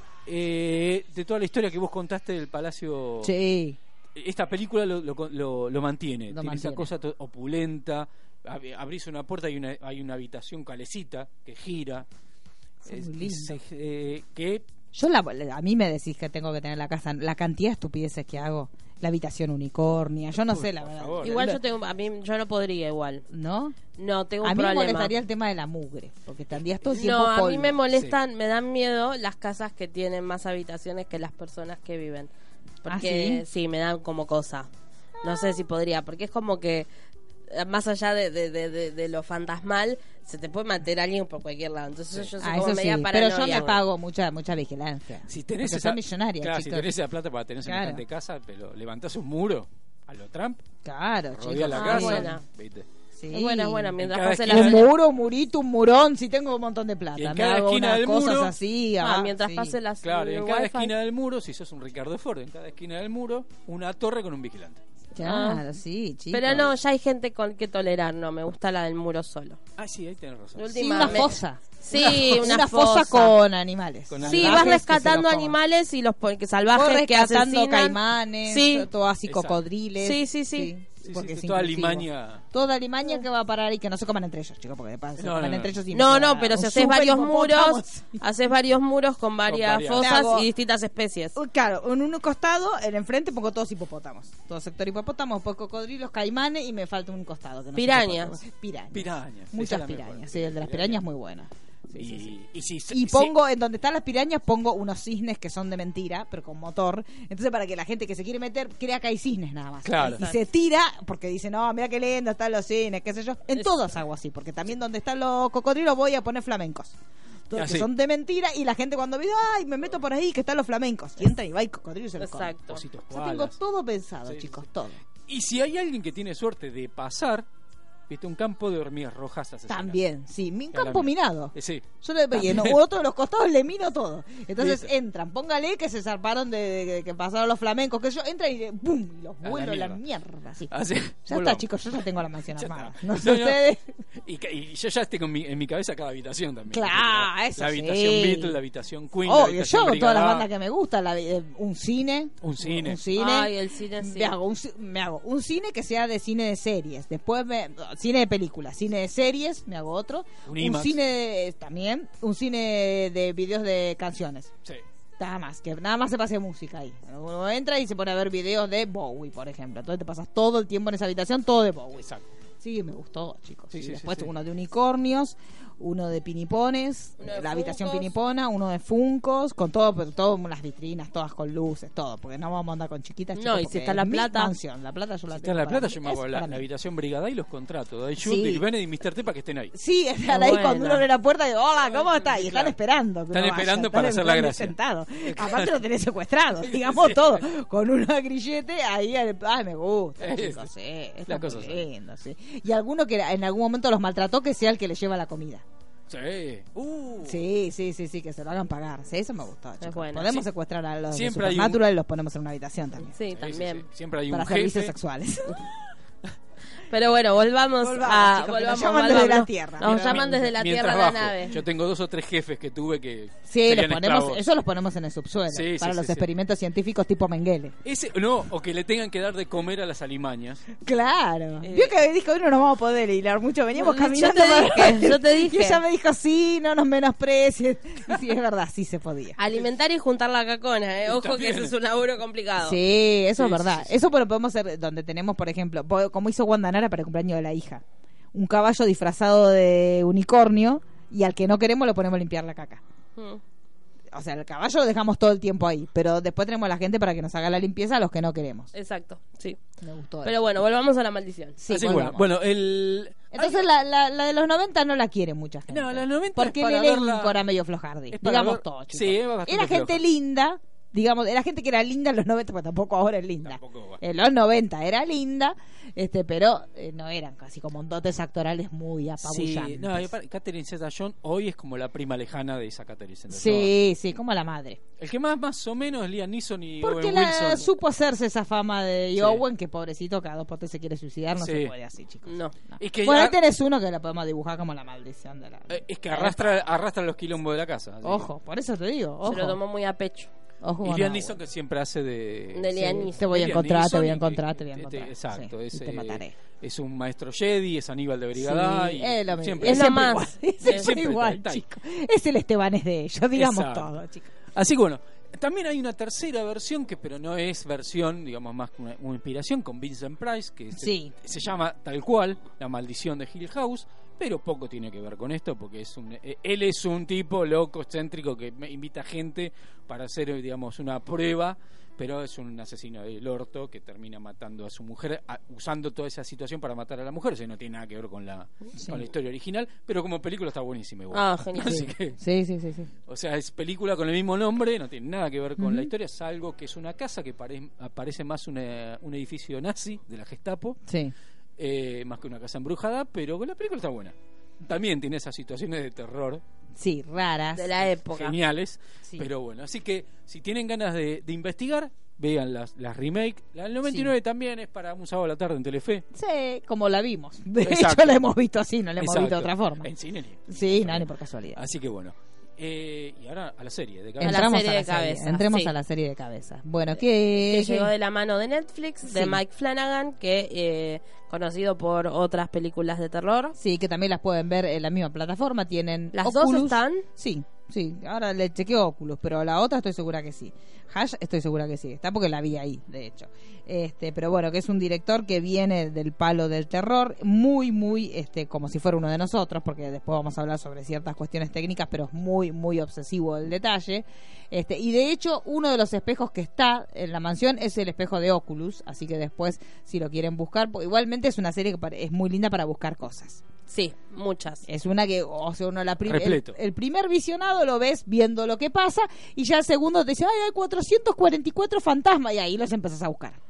eh, de toda la historia que vos contaste del Palacio. Sí. Esta película lo, lo, lo- lo mantiene. Lo Tiene esa mantiene. cosa to- opulenta. Ab- Abrís una puerta y hay una, hay una habitación calecita que gira. Sí, Es- muy lindo. es- eh, que Yo la, a mí me decís que tengo que tener la casa, la cantidad de estupideces que hago, la habitación unicornia, yo no Uy, sé la por verdad. favor. Igual Lo- yo tengo, a mí yo no podría igual. ¿No? No, tengo un A mí me problema. molestaría el tema de la mugre, porque tendrías todo el tiempo No, a mí polvo. me molestan, me dan miedo las casas que tienen más habitaciones que las personas que viven. Porque ¿Ah, sí? me dan como cosa. No sé si podría, porque es como que eh, más allá de, de, de, de, de lo fantasmal, se te puede meter alguien por cualquier lado. Entonces yo soy Ah, como eso sí, media pero yo paranoia. me pago mucha mucha vigilancia. si tenés Porque esa, son millonarias, claro, si chicos. tenés esa plata para tener Claro. semejante casa, pero levantás un muro a lo Trump, Claro, rodea chicos. la Ah, casa, buena. ¿viste? Sí. Es buena, es buena, mientras cada pase esquina la Un de- muro, un murito, un murón, si tengo un montón de plata. Y en me cada hago esquina unas del cosas muro- así. Ah, ah, mientras sí. pase las Claro, y en el cada wifi. esquina del muro, si sos un Ricardo Ford, en cada esquina del muro, una torre con un vigilante. Claro, Ah. sí, chicos. Pero no, ya hay gente con que tolerar, no, me gusta la del muro solo. Ah, sí, ahí tenés razón. De Sí, última, una me- fosa. Sí, una, una, fosa, con animales. Con Sí, animales vas que se rescatando los coman. animales y los po- que Vos salvajes que rescatando asesinan. caimanes, Sí. todo así Exacto. cocodriles. Sí, sí, sí. Sí, sí, porque sí, es toda inclusivo. Limaña. Toda Limaña que va a parar y que no se coman entre ellos, chicos, porque de paso se No, comen no, entre no. ellos y No, se no, da pero si un haces super varios hipopótamo. muros, haces varios muros con varias varias. fosas Hago- y distintas especies. Uh, Claro, en un costado, en enfrente pongo todos hipopótamos. Todo sector hipopótamos, pues cocodrilos, caimanes y me falta un costado. Que no sé Pirañas. qué cosa. Pirañas. Pirañas. Esa Muchas la me pirañas. acuerdo. Sí, el de las pirañas es muy bueno. Y, Sí, sí, sí. y si, Y si- pongo, en donde están las pirañas, pongo unos cisnes que son de mentira, pero con motor. Entonces, para que la gente que se quiere meter crea que hay cisnes nada más. Claro. Y se tira, porque dice, no, mira qué lindo están los cisnes, qué sé yo. En Es- todos hago así, porque también donde están los cocodrilos voy a poner flamencos. Todos Ah, que sí. son de mentira y la gente cuando ve, ay, me meto por ahí que están los flamencos. Y entra y va y cocodrilo y se los come. Exacto. Ositos Yo tengo koalas. todo pensado, Sí, chicos, sí. todo. Y si hay alguien que tiene suerte de pasar viste, un campo de hormigas rojas asesinas. También, sí, un Es campo la mía. minado. Eh, sí. Yo le veía, no, otro de los costados le mino todo. Entonces ¿Viste? entran, póngale que se zarparon de, de- de que pasaron los flamencos, que yo entran y ¡bum! Y los A la vuelo a la mierda. mierda. Así. Así, Ya está, volvamos. chicos, yo ya tengo la mansión Ya armada. está. No sé No, no. ustedes. Y, ca- y yo ya tengo en mi, en mi cabeza cada habitación también. Claro, la, eso la habitación sí. Beatles, la habitación Queen, la Obvio, habitación yo con todas las Brigada. bandas que me gustan, la- eh, un cine. Un cine. Un cine. Ay, el cine sí. Me hago, un, ci- me hago un cine que sea de cine de series. Después me, cine de películas, cine de series, me hago otro. Un Un IMAX. cine de- también, un cine de videos de canciones. Sí. Nada más, que nada más se pase música ahí. Uno entra y se pone a ver videos de Bowie, por ejemplo. Entonces te pasas todo el tiempo en esa habitación, todo de Bowie. Exacto. Sí, me gustó, chicos. Sí, Sí, sí, después sí, sí. uno de unicornios, uno de pinipones, Uno de la habitación Funkos. pinipona, uno de funcos, con todo, pero todo las vitrinas, todas con luces, todo, porque no vamos a andar con chiquitas. No, chicos, y si porque está la es mi plata. mansión, la plata yo la Si está tengo en La para Plata, mí, yo me es hago la, para la mí. habitación Brigada y los contratos. De Sí. Jude, Bill Bennett y mister T para que estén ahí. Sí, están Qué ahí buena. cuando uno abre la puerta y hola, ¿cómo está? Y están Claro. esperando. que Están uno esperando vaya, para están hacer la esperando gracia. sentado. Aparte lo tenés secuestrado, digamos Sí. todo. Con una grillete ahí, ay, me gusta, Es- chicos, sí, está la cosa muy así. lindo, sí. Y alguno que en algún momento los maltrató, que sea el que le lleva la comida. Sí. Uh. Sí, sí, sí, sí, que se lo hagan pagar. Sí, eso me gustó, chicos. bueno. Podemos Sí. secuestrar a los Siempre de hay un- Supernatural y los ponemos en una habitación también. Sí, Sí, sí, también. sí. Siempre hay Para un servicios jefe. sexuales. Pero bueno, volvamos, Volvamos, a. chicos, que nos volvamos, llaman desde volvamos. la Tierra. Nos Mira, llaman desde la Mientras Tierra a la bajo. nave. Yo tengo dos o tres jefes que tuve que. Sí, les serían ponemos, esclavos. eso los ponemos en el subsuelo. Sí, sí, para sí, los sí. experimentos científicos tipo Mengele. Ese, no, o que le tengan que dar de comer a las alimañas. Claro. Eh, Vio que dijo, hoy no nos vamos a poder hilar mucho. Veníamos Yo caminando. te para- dije, yo te dije. Y ella me dijo, sí, no nos menosprecies. Y sí, es verdad, sí se podía. Alimentar y juntar la cacona, ¿eh? Ojo También. que eso es un laburo complicado. Sí, eso Sí, es verdad. sí, sí. Eso lo podemos hacer donde tenemos, por ejemplo, po- como hizo Wanda Nara para el cumpleaños de la hija. Un caballo disfrazado de unicornio y al que no queremos lo ponemos a limpiar la caca. Mm. O sea, el caballo lo dejamos todo el tiempo ahí, pero después tenemos a la gente para que nos haga la limpieza a los que no queremos. Exacto, sí. Me gustó Pero eso. bueno, volvamos a la maldición. Sí, Así que bueno, volvamos. bueno, el. Entonces la, la, la de los noventa no la quiere mucha gente. No, la noventa Porque es para el elenco verla- era medio flojardi. es para Digamos ver- todo, chicos. sí, es bastante Era gente floja. linda, digamos, era gente que era linda en los noventa, porque tampoco ahora es linda. Tampoco va. En los noventa era linda, este pero eh, no eran casi como dotes actorales muy Sí, apabullantes. no, y aparte, Catherine Zeta-Jones hoy es como la prima lejana de esa Catherine Zeta-Jones. Sí, sí, como la madre. El que más más o menos es Liam Neeson y Porque Owen la Wilson. supo hacerse esa fama de Sí. Owen, que pobrecito, cada dos por tres se quiere suicidar, no Sí. se puede así, chicos. No. No. Es que Bueno, ya- ahí tenés uno que la podemos dibujar como la maldición de la... Eh, Es que arrastra, arrastra los quilombos de la casa. así Ojo, por eso te digo, ojo. Se lo tomó muy a pecho. Ojo que- con Y Liam Owen. Neeson que siempre hace de... De Liam Sí, Neeson. te voy a Liam encontrar, te Neeson voy a y que- encontrar, te voy a este, encontrar. Exacto, Sí, es, y te eh, mataré. es un maestro Jedi, es Aníbal de Brigada Sí, y es lo mismo. siempre Es lo siempre más. igual. Es Sí, siempre siempre igual, está ahí. chicos. Es el Estebanés de ellos, digamos Exacto. todo, chicos. Así que bueno, también hay una tercera versión que pero no es versión, digamos más que una, una inspiración con Vincent Price que se, Sí. se llama tal cual La maldición de Hill House, pero poco tiene que ver con esto porque es un eh, él es un tipo loco, excéntrico que me invita gente para hacer eh, digamos una prueba, pero es un asesino del orto que termina matando a su mujer a- usando toda esa situación para matar a la mujer, o sea, no tiene nada que ver con la Sí. con la historia original, pero como película está buenísima igual. Ah, genial. Así Sí. que Sí, sí, sí, sí. o sea, es película con el mismo nombre, no tiene nada que ver con Ujú. la historia, es algo que es una casa que pare- parece más una- un edificio nazi de la Gestapo, Sí. eh, más que una casa embrujada, pero la película está buena. También tiene esas situaciones de terror Sí, raras. De la época. geniales, Sí. pero bueno, así que si tienen ganas de, de investigar, vean las, las remake. La del noventa y nueve también es para un sábado a la tarde en Telefe. Sí, como la vimos. De Exacto. hecho, la hemos visto así, no la hemos visto de Exacto. otra forma. En cine. ni- Sí, no, ni por casualidad. Así que bueno. Eh, y ahora a la serie de cabeza. A la Entramos serie a la de serie. cabeza, Entremos sí. a la serie de cabeza. Bueno, Que ¿qué? llegó de la mano de Netflix, de Sí. Mike Flanagan, que eh, conocido por otras películas de terror. Sí, que también las pueden ver en la misma plataforma. Tienen Las Oculus. dos están. Sí, sí. Ahora le chequeo Oculus, pero la otra estoy segura que sí. Hash estoy segura que sí. Está porque la vi ahí, de hecho. Este, pero bueno, que es un director que viene del palo del terror, muy, muy, este, como si fuera uno de nosotros, porque después vamos a hablar sobre ciertas cuestiones técnicas, pero es muy, muy obsesivo el detalle. Este, y de hecho, uno de los espejos que está en la mansión es el espejo de Oculus, así que después, si lo quieren buscar, porque igualmente es una serie que pare- es muy linda para buscar cosas. Sí, muchas. Es una que, o sea, uno la prim- el, Repleto. el primer visionado lo ves viendo lo que pasa y ya el segundo te dice, ay, hay cuatrocientos cuarenta y cuatro fantasmas y ahí los empezás a buscar.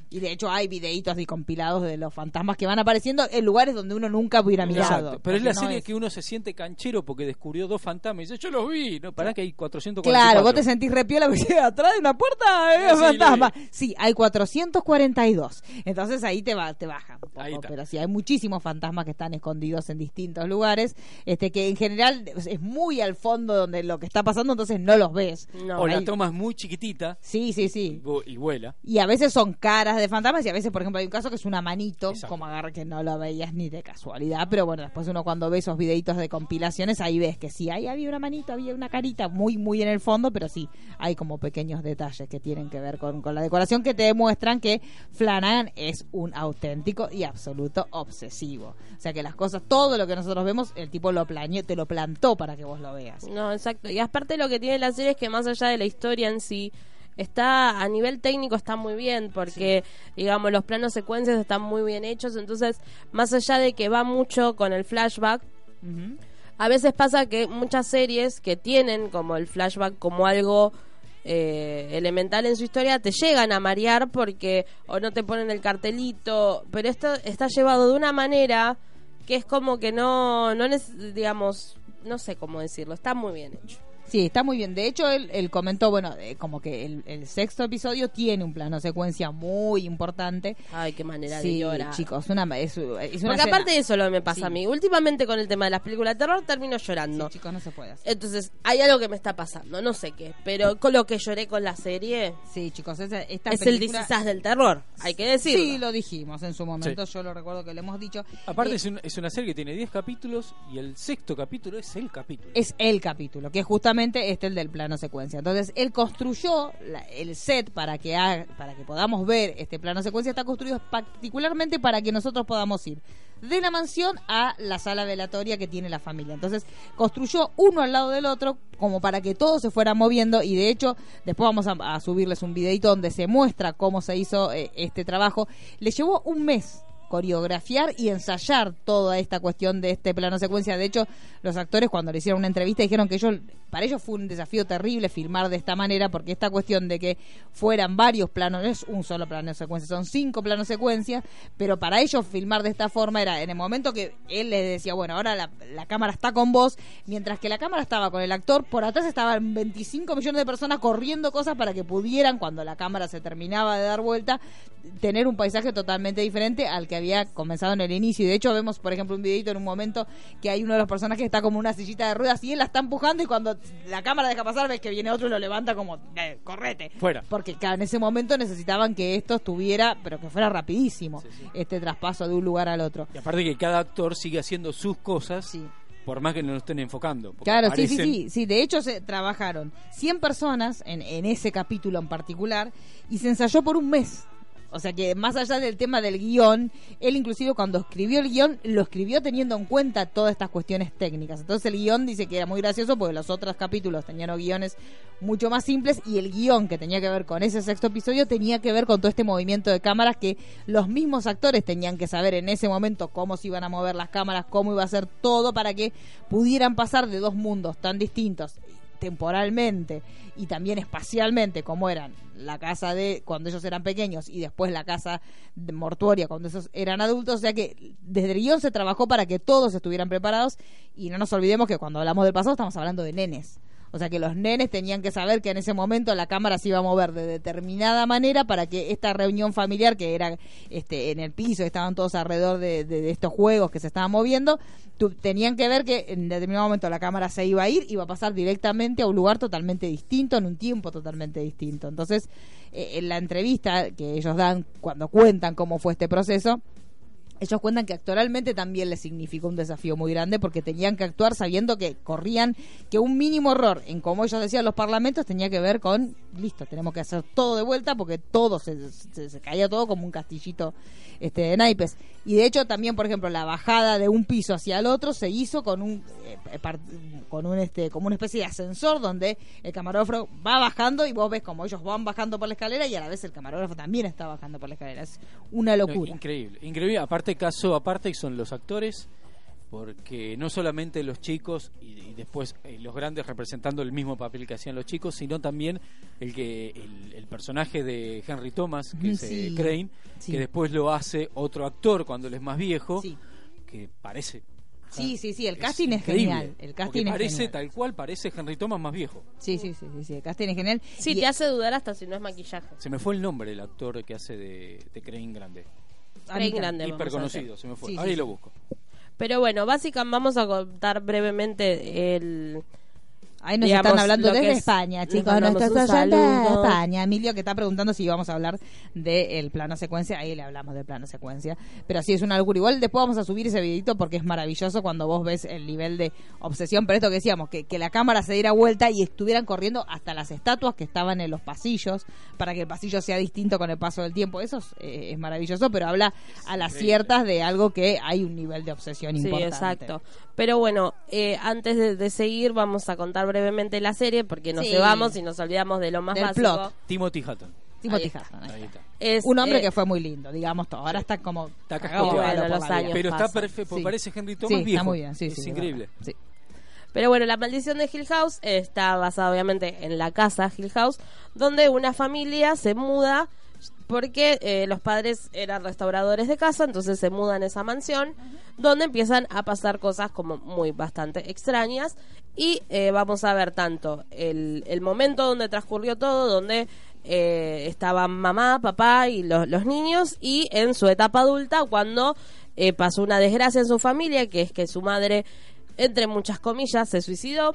Y de hecho hay videitos y compilados de los fantasmas que van apareciendo en lugares donde uno nunca hubiera mirado. Exacto. Pero es la no serie es... que uno se siente canchero porque descubrió dos fantasmas y dice, yo los vi. No, pará que hay cuatrocientos cuarenta y cuatro. Claro, vos te sentís repiola porque atrás de una puerta hay un Sí, fantasma. sí. Sí, hay cuatrocientos cuarenta y dos. Entonces ahí te va, te baja un poco. Ahí está. Pero sí, hay muchísimos fantasmas que están escondidos en distintos lugares, este que en general es muy al fondo donde lo que está pasando, entonces no los ves. No, O la Ahí- toma es muy chiquitita Sí, sí, y, sí. vu- y vuela. Y a veces son caras de fantasmas y a veces, por ejemplo, hay un caso que es una manito, Exacto. como agarra que no lo veías ni de casualidad, pero bueno, después uno cuando ve esos videitos de compilaciones, ahí ves que sí, ahí había una manito, había una carita muy, muy en el fondo, pero sí, hay como pequeños detalles que tienen que ver con, con la decoración que te demuestran que Flanagan es un auténtico y absoluto obsesivo. O sea que las cosas, todo lo que nosotros vemos, el tipo lo planeó, te lo plantó para que vos lo veas. No, exacto. Y aparte lo que tiene la serie es que más allá de la historia en sí, está a nivel técnico está muy bien porque digamos los planos secuencias están muy bien hechos, entonces más allá de que va mucho con el flashback, Ujú. a veces pasa que muchas series que tienen como el flashback como algo eh, elemental en su historia te llegan a marear porque o no te ponen el cartelito, pero esto está llevado de una manera que es como que no no neces- digamos, no sé cómo decirlo, está muy bien hecho. Sí, está muy bien. De hecho, él, él comentó, bueno, eh, como que el, el sexto episodio tiene un plano secuencia muy importante. Ay, qué manera de Sí, llorar. chicos, una, es, es una Porque escena- aparte de eso lo que me pasa Sí. a mí. Últimamente con el tema de las películas de terror termino llorando. Sí, chicos, no se puede hacer. Entonces, hay algo que me está pasando, no sé qué. Pero con lo que lloré con la serie Sí, chicos, esa, esta es el película... disfraz del terror, hay que decirlo. Sí, lo dijimos en su momento, Sí. yo lo recuerdo que lo hemos dicho. Aparte Eh, es, un- es una serie que tiene diez capítulos y el sexto capítulo es el capítulo. es el capítulo, que es justamente este el del plano secuencia. Entonces, él construyó la- el set para que haga- para que podamos ver este plano secuencia, está construido particularmente para que nosotros podamos ir de la mansión a la sala velatoria que tiene la familia. Entonces, construyó uno al lado del otro como para que todo se fuera moviendo y de hecho, después vamos a, a subirles un videito donde se muestra cómo se hizo eh, este trabajo. Le llevó un mes coreografiar y ensayar toda esta cuestión de este plano secuencia. De hecho, los actores cuando le hicieron una entrevista dijeron que ellos, para ellos fue un desafío terrible filmar de esta manera, porque esta cuestión de que fueran varios planos, no es un solo plano secuencia, son cinco planos secuencias, pero para ellos filmar de esta forma era en el momento que él les decía, bueno, ahora la, la cámara está con vos, mientras que la cámara estaba con el actor, por atrás estaban veinticinco millones de personas corriendo cosas para que pudieran, cuando la cámara se terminaba de dar vuelta, tener un paisaje totalmente diferente al que había comenzado en el inicio. Y de hecho vemos, por ejemplo, un videito en un momento que hay uno de los personajes que está como una sillita de ruedas y él la está empujando y cuando la cámara deja pasar ves que viene otro y lo levanta como, eh, correte. Fuera. Porque claro, en ese momento necesitaban que esto estuviera, pero que fuera rapidísimo, Sí, sí. este traspaso de un lugar al otro. Y aparte que cada actor sigue haciendo sus cosas, Sí. por más que no lo estén enfocando. porque Claro, sí, sí, aparecen- sí, sí. De hecho, se trabajaron cien personas en, en ese capítulo en particular y se ensayó por un mes. O sea que más allá del tema del guión, él inclusive cuando escribió el guión, lo escribió teniendo en cuenta todas estas cuestiones técnicas. Entonces el guión dice que era muy gracioso porque los otros capítulos tenían guiones mucho más simples y el guión que tenía que ver con ese sexto episodio tenía que ver con todo este movimiento de cámaras que los mismos actores tenían que saber en ese momento cómo se iban a mover las cámaras, cómo iba a ser todo para que pudieran pasar de dos mundos tan distintos temporalmente y también espacialmente como eran la casa de cuando ellos eran pequeños y después la casa de mortuoria cuando esos eran adultos, o sea que desde el guión se trabajó para que todos estuvieran preparados y no nos olvidemos que cuando hablamos del pasado estamos hablando de nenes. O sea que los nenes tenían que saber que en ese momento la cámara se iba a mover de determinada manera para que esta reunión familiar que era este en el piso, estaban todos alrededor de, de, de estos juegos que se estaban moviendo, tu, tenían que ver que en determinado momento la cámara se iba a ir, iba a pasar directamente a un lugar totalmente distinto, en un tiempo totalmente distinto. Entonces, eh, en la entrevista que ellos dan cuando cuentan cómo fue este proceso, ellos cuentan que actoralmente también les significó un desafío muy grande porque tenían que actuar sabiendo que corrían, que un mínimo error en como ellos decían los parlamentos tenía que ver con, listo, tenemos que hacer todo de vuelta porque todo se, se, se caía todo como un castillito este, de naipes. Y de hecho también, por ejemplo, la bajada de un piso hacia el otro se hizo con un eh, part, con un este como una especie de ascensor donde el camarógrafo va bajando y vos ves como ellos van bajando por la escalera y a la vez el camarógrafo también está bajando por la escalera. Es una locura. No, increíble, increíble. Aparte, caso aparte, son los actores porque no solamente los chicos y, y después eh, los grandes representando el mismo papel que hacían los chicos, sino también el que el, el personaje de Henry Thomas, que Sí. es eh, Crane, Sí. que después lo hace otro actor cuando él es más viejo, Sí. que parece... Sí, sí, sí, el es casting es, increíble, genial. El casting porque es parece genial. tal cual, parece Henry Thomas más viejo. Sí, sí, sí, sí, sí, el casting es genial. Sí, Y- te hace dudar hasta si no es maquillaje. Se me fue el nombre del actor que hace de, de Crane grande. Crane grande. Hiper conocido, se me fue. Sí, Ahí sí, lo sí. busco. Pero bueno, básicamente vamos a contar brevemente el... Ahí nos digamos, están hablando lo que desde es- España, les chicos. mandamos Nuestros un oyentes de saludo. España. Emilio, que está preguntando si íbamos a hablar del plano secuencia. Ahí le hablamos del plano secuencia. Pero sí, es una locura. Igual después vamos a subir ese videito porque es maravilloso cuando vos ves el nivel de obsesión. Pero esto que decíamos, que, que la cámara se diera vuelta y estuvieran corriendo hasta las estatuas que estaban en los pasillos para que el pasillo sea distinto con el paso del tiempo. Eso es, eh, es maravilloso, pero habla a las ciertas de algo que hay un nivel de obsesión Sí, importante. exacto. Pero bueno, eh, antes de, de seguir vamos a contar brevemente la serie porque nos Sí. llevamos y nos olvidamos de lo más Del básico. plot. Timothy Hutton. Timothy Ahí está. Hutton, ahí Ahí está. está. Es, Un hombre eh, que fue muy lindo, digamos todo. Ahora está como Está cagado cascoteado. de palo Bueno, por los la vida. años. Pero está pasa. perfecto, Sí. parece Henry Sí, Thomas viejo. está muy bien, sí, es sí, increíble. verdad. Sí. Pero bueno, La Maldición de Hill House está basada obviamente en la casa Hill House, donde una familia se muda porque eh, los padres eran restauradores de casa, entonces se mudan a esa mansión, donde empiezan a pasar cosas como muy bastante extrañas. Y eh, vamos a ver tanto el, el momento donde transcurrió todo, donde eh, estaban mamá, papá y lo- los niños, y en su etapa adulta, cuando eh, pasó una desgracia en su familia, que es que su madre, entre muchas comillas, se suicidó.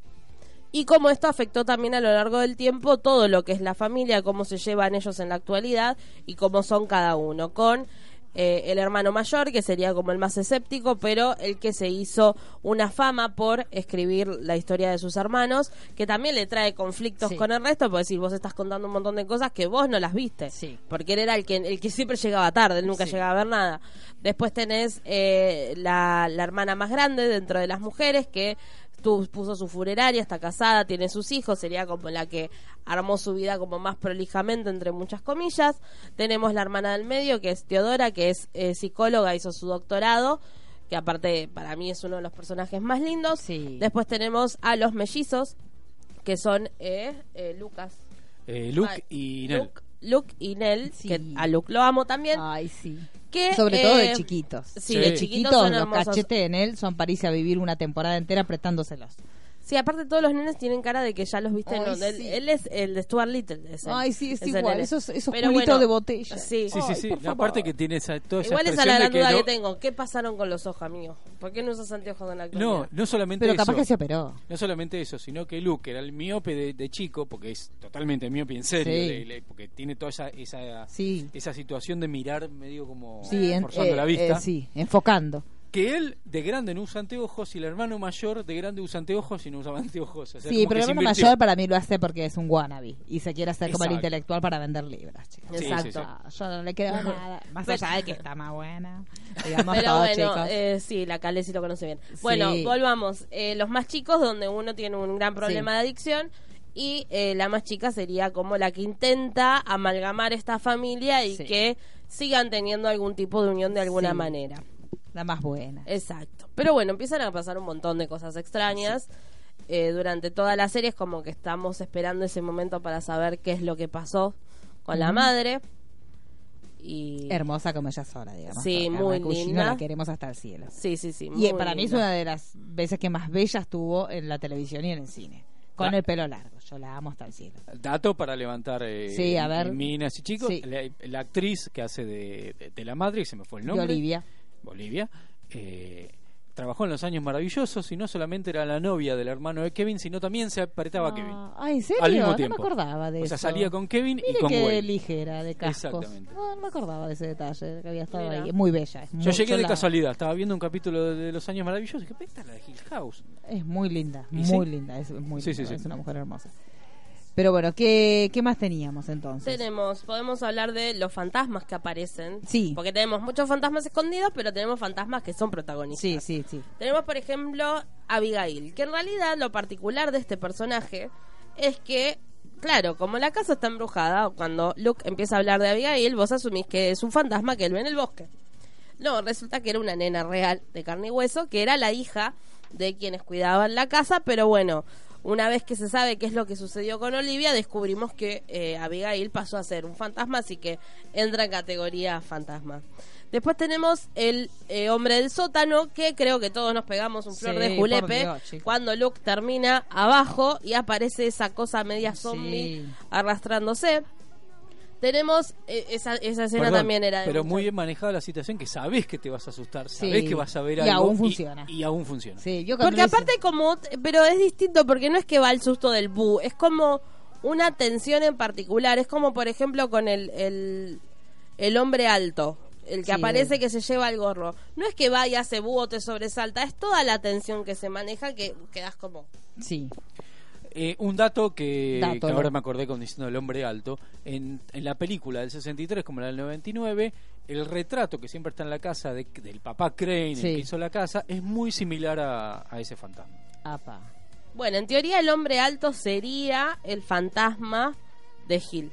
Y cómo esto afectó también a lo largo del tiempo todo lo que es la familia, cómo se llevan ellos en la actualidad y cómo son cada uno, con eh, el hermano mayor, que sería como el más escéptico, pero el que se hizo una fama por escribir la historia de sus hermanos, que también le trae conflictos Sí. con el resto, porque decir, vos estás contando un montón de cosas que vos no las viste, Sí. porque él era el que, el que siempre llegaba tarde, él nunca Sí. llegaba a ver nada. Después tenés eh, la, la hermana más grande dentro de las mujeres, que tu- puso su funeraria, está casada, tiene sus hijos, sería como la que armó su vida como más prolijamente, entre muchas comillas. Tenemos la hermana del medio, que es Teodora, que es eh, psicóloga, hizo su doctorado, que aparte para mí es uno de los personajes más lindos. Sí. Después tenemos a los mellizos, que son eh, eh, Lucas. Eh, Luke Ay, y Nell. Luke, Luke y Nell, Sí. que a Luke lo amo también. Ay, sí. que, Sobre todo de eh, chiquitos. Sí, Sí. de chiquitos son los hermosos. cachetes en él son para irse a vivir una temporada entera apretándoselos. Sí, aparte todos los nenes tienen cara de que ya los viste. Ay, ¿no? Él, sí. él es el de Stuart Little. es él. Ay, sí, es, el igual. nene. Esos, esos Pero culitos bueno, de botella. Sí. Sí, sí, Ay, sí. por La favor. parte que tiene esa, toda esa Igual esa es la expresión gran de duda que que no, tengo. ¿Qué pasaron con los ojos, amigo? ¿Por qué no usas anteojos en la actualidad? no, no solamente Pero eso. capaz que se operó. No solamente eso, sino que Luke era el miope de, de chico, porque es totalmente miope en serio, Sí. de- de- porque tiene toda esa esa, Sí. esa situación de mirar medio como Sí, en- forzando eh, la vista. eh, sí, enfocando. Que él de grande no usa anteojos y el hermano mayor de grande usa anteojos y no usaba anteojos. O sea, Sí, como pero que el se hermano invirtió. mayor para mí lo hace porque es un wannabe y se quiere hacer como el Exacto. intelectual para vender libros, chicos. Sí, Exacto. sí, sí. Ah, yo no le creo nada. Más Pero- allá de que está más buena. Digamos Pero todo, bueno, chicos. eh, sí, la Cale sí lo conoce bien. Bueno, Sí. volvamos. Eh, los más chicos, donde uno tiene un gran problema Sí. de adicción, y eh, la más chica sería como la que intenta amalgamar esta familia y Sí. que sigan teniendo algún tipo de unión de alguna Sí. manera. La más buena. Exacto. Pero bueno, empiezan a pasar un montón de cosas extrañas. Eh, durante toda la serie es como que estamos esperando ese momento para saber qué es lo que pasó con la Ujú. madre. Y Hermosa como ella sola, digamos. Sí, Porque muy a Rakushino linda. la queremos hasta el cielo. sí, sí, sí. Y muy eh, para mí es linda. una de las veces que más bella estuvo en la televisión y en el cine. Con Ah. el pelo largo. Yo la amo hasta el cielo. Dato para levantar eh, Sí, a ver. minas y chicos. Sí. La, la actriz que hace de, de, de la madre, se me fue el De nombre. Olivia. Bolivia. eh, trabajó en Los Años Maravillosos y no solamente era la novia del hermano de Kevin, sino también se apretaba a Kevin. Ah, ¿en serio? Al mismo no tiempo. me acordaba de O eso. sea, salía con Kevin Mire y con qué Wade. ligera de cascos. Exactamente. No, no me acordaba de ese detalle, que había estado Mira. ahí. Es muy bella. Es Yo muy- llegué de la- casualidad, estaba viendo un capítulo de, de Los Años Maravillosos y dije, esta es la de Hill House. Es muy linda, ¿Y muy sí? linda. Es muy Sí, linda, sí, sí. es una mujer hermosa. Pero bueno, ¿qué, qué más teníamos entonces? Tenemos, podemos hablar de los fantasmas que aparecen. Sí. Porque tenemos muchos fantasmas escondidos, pero tenemos fantasmas que son protagonistas. Sí, sí, sí. Tenemos, por ejemplo, Abigail, que en realidad lo particular de este personaje es que, claro, como la casa está embrujada, cuando Luke empieza a hablar de Abigail, vos asumís que es un fantasma que él ve en el bosque. No, resulta que era una nena real de carne y hueso, que era la hija de quienes cuidaban la casa, pero bueno, una vez que se sabe qué es lo que sucedió con Olivia, descubrimos que eh, Abigail pasó a ser un fantasma, así que entra en categoría fantasma. Después tenemos el eh, hombre del sótano, que creo que todos nos pegamos un flor Sí, de por julepe Dios, chicos. cuando Luke termina abajo y aparece esa cosa media zombie Sí. arrastrándose. Tenemos eh, esa, esa escena Perdón, también era de pero mucha- muy bien manejada la situación, que sabés que te vas a asustar, Sí. sabés que vas a ver Y algo aún funciona. y, y aún funciona. Sí, yo cuando Porque lo hice- aparte como, pero es distinto porque no es que va el susto del bu, es como una tensión en particular, es como por ejemplo con el el, el hombre alto, el que Sí, aparece el- que se lleva el gorro. No es que va y hace bu o te sobresalta, es toda la tensión que se maneja que quedas como... Sí. Eh, un dato que, Dato, que ahora ¿no? me acordé con diciendo el hombre alto, en, en la película del sesenta y tres como la del noventa y nueve, el retrato que siempre está en la casa de- del papá Crane, Sí. el que hizo la casa, es muy similar a, a ese fantasma. Apa. Bueno, en teoría el hombre alto sería el fantasma de Hill.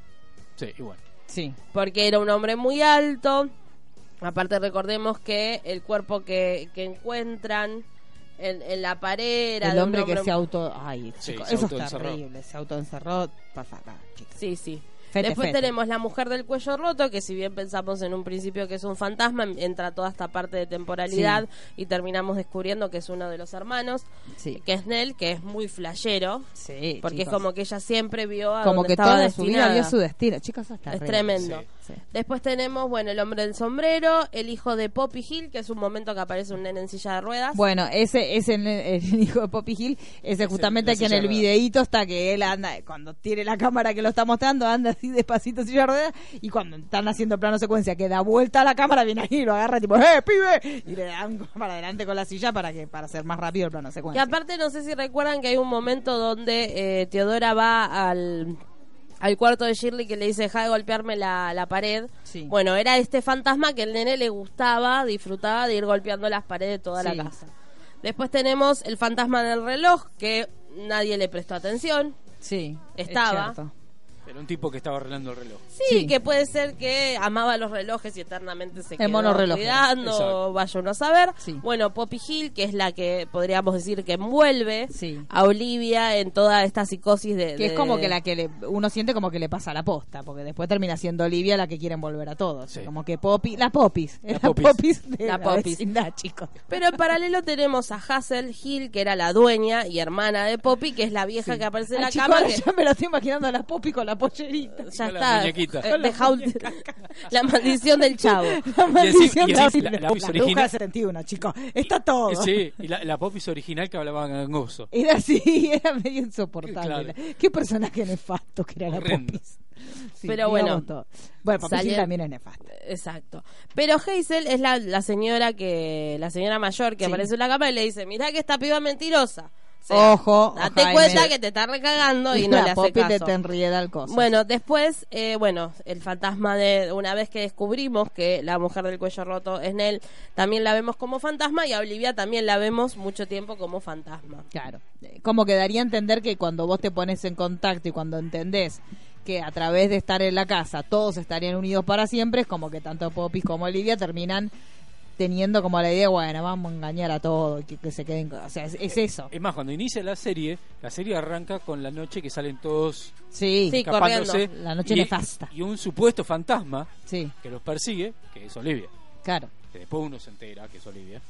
Sí, igual. Sí. Porque era un hombre muy alto. Aparte recordemos que el cuerpo que, que encuentran en, en la pared era El de un hombre que se auto... Ay, Sí, chicos, se eso es autoencerró. terrible. Se autoencerró. Por favor, chicos. Sí, sí. Fete, Después fete. tenemos la mujer del cuello roto, que si bien pensamos en un principio que es un fantasma, entra toda esta parte de temporalidad y terminamos descubriendo que es uno de los hermanos, Sí. que es Nell, que es muy flashero, Sí, porque es chicos. como que ella siempre vio a Como donde que estaba toda su vida destinada. vio su destino. Chicos, eso está Es terrible. tremendo. Sí. Después tenemos, bueno, el hombre del sombrero, el hijo de Poppy Hill, que es un momento que aparece un nene en silla de ruedas. Bueno, ese es el, el hijo de Poppy Hill, ese justamente la que en silla el de ruedas. videíto está que él anda, cuando tiene la cámara que lo está mostrando, anda así despacito en silla de ruedas, y cuando están haciendo plano secuencia que da vuelta a la cámara, viene ahí y lo agarra tipo, ¡eh, pibe! Y le dan para adelante con la silla para que para hacer más rápido el plano Que secuencia. aparte no sé si recuerdan que hay un momento donde eh, Teodora va al, al cuarto de Shirley que le dice deja de golpearme la, la pared. Sí. Bueno, era este fantasma que el nene le gustaba, disfrutaba de ir golpeando las paredes de toda Sí. la casa. Después tenemos el fantasma del reloj, que nadie le prestó atención. Sí, es Estaba. cierto. Era un tipo que estaba arreglando el reloj. Sí, Sí. que puede ser que amaba los relojes y eternamente se El quedó monorrelojero. cuidando, Exacto. vaya uno a saber. Sí. Bueno, Poppy Hill, que es la que podríamos decir que envuelve Sí. a Olivia en toda esta psicosis de... Que es de- como que la que le, uno siente como que le pasa la posta, porque después termina siendo Olivia la que quieren volver a todos. Sí. Como que Poppy, la Popis, La la Popis. Popis de La la, Popis. vecindad, chicos. Pero en paralelo tenemos a Hazel Hill, que era la dueña y hermana de Poppy, que es la vieja que aparece en Ay, la chicos, cama. ahora Que ya me lo estoy imaginando a la Poppy con la pollerita. ya Con la está. muñequita. Eh, de House- la maldición del chavo. La maldición y de así, la, la- la Popis la original- bruja del setenta y uno, chicos. Está todo. Sí, y la, la Popis original que hablaba gangoso. Era así, era medio insoportable. Claro. Qué personaje nefasto que era Horrendo. la Popis. Sí, Pero digamos bueno, todo. Bueno, Popis salió- también es nefasto. Exacto. Pero Hazel es la, la señora que la señora mayor que Sí. aparece en la cama y le dice, mirá que esta piba es mentirosa. O sea, Ojo, date Jaime. cuenta que te está recagando y no la le hace Popis caso. de te enrieda el coso. Bueno, después, eh, bueno, el fantasma de una vez que descubrimos que la mujer del cuello roto es Nell, también la vemos como fantasma y a Olivia también la vemos mucho tiempo como fantasma. Claro, eh, como que daría a entender que cuando vos te pones en contacto y cuando entendés que a través de estar en la casa todos estarían unidos para siempre, es como que tanto Poppy como Olivia terminan teniendo como la idea, bueno, vamos a engañar a todos, que, que se queden, o sea, es, es eso. Es más, cuando inicia la serie, la serie arranca con la noche que salen todos Sí, Sí, escapándose. corriendo. La noche y, nefasta. Y un supuesto fantasma sí, que los persigue, que es Olivia. claro. Que después uno se entera que es Olivia.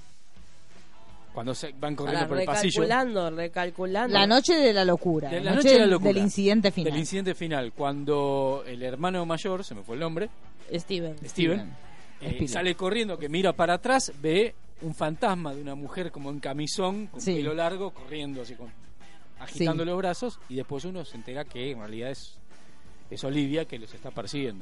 Cuando se van Ahora, corriendo por el pasillo. recalculando, recalculando. La noche de la locura, De la la noche noche de la del, locura. del incidente final. Del incidente final, cuando el hermano mayor, se me fue el nombre, Steven. Steven, eh, Spielberg. sale corriendo, que mira para atrás, ve un fantasma de una mujer como en camisón, con Sí. pelo largo, corriendo así, con, agitando Sí. los brazos, y después uno se entera que en realidad es, es Olivia que los está persiguiendo.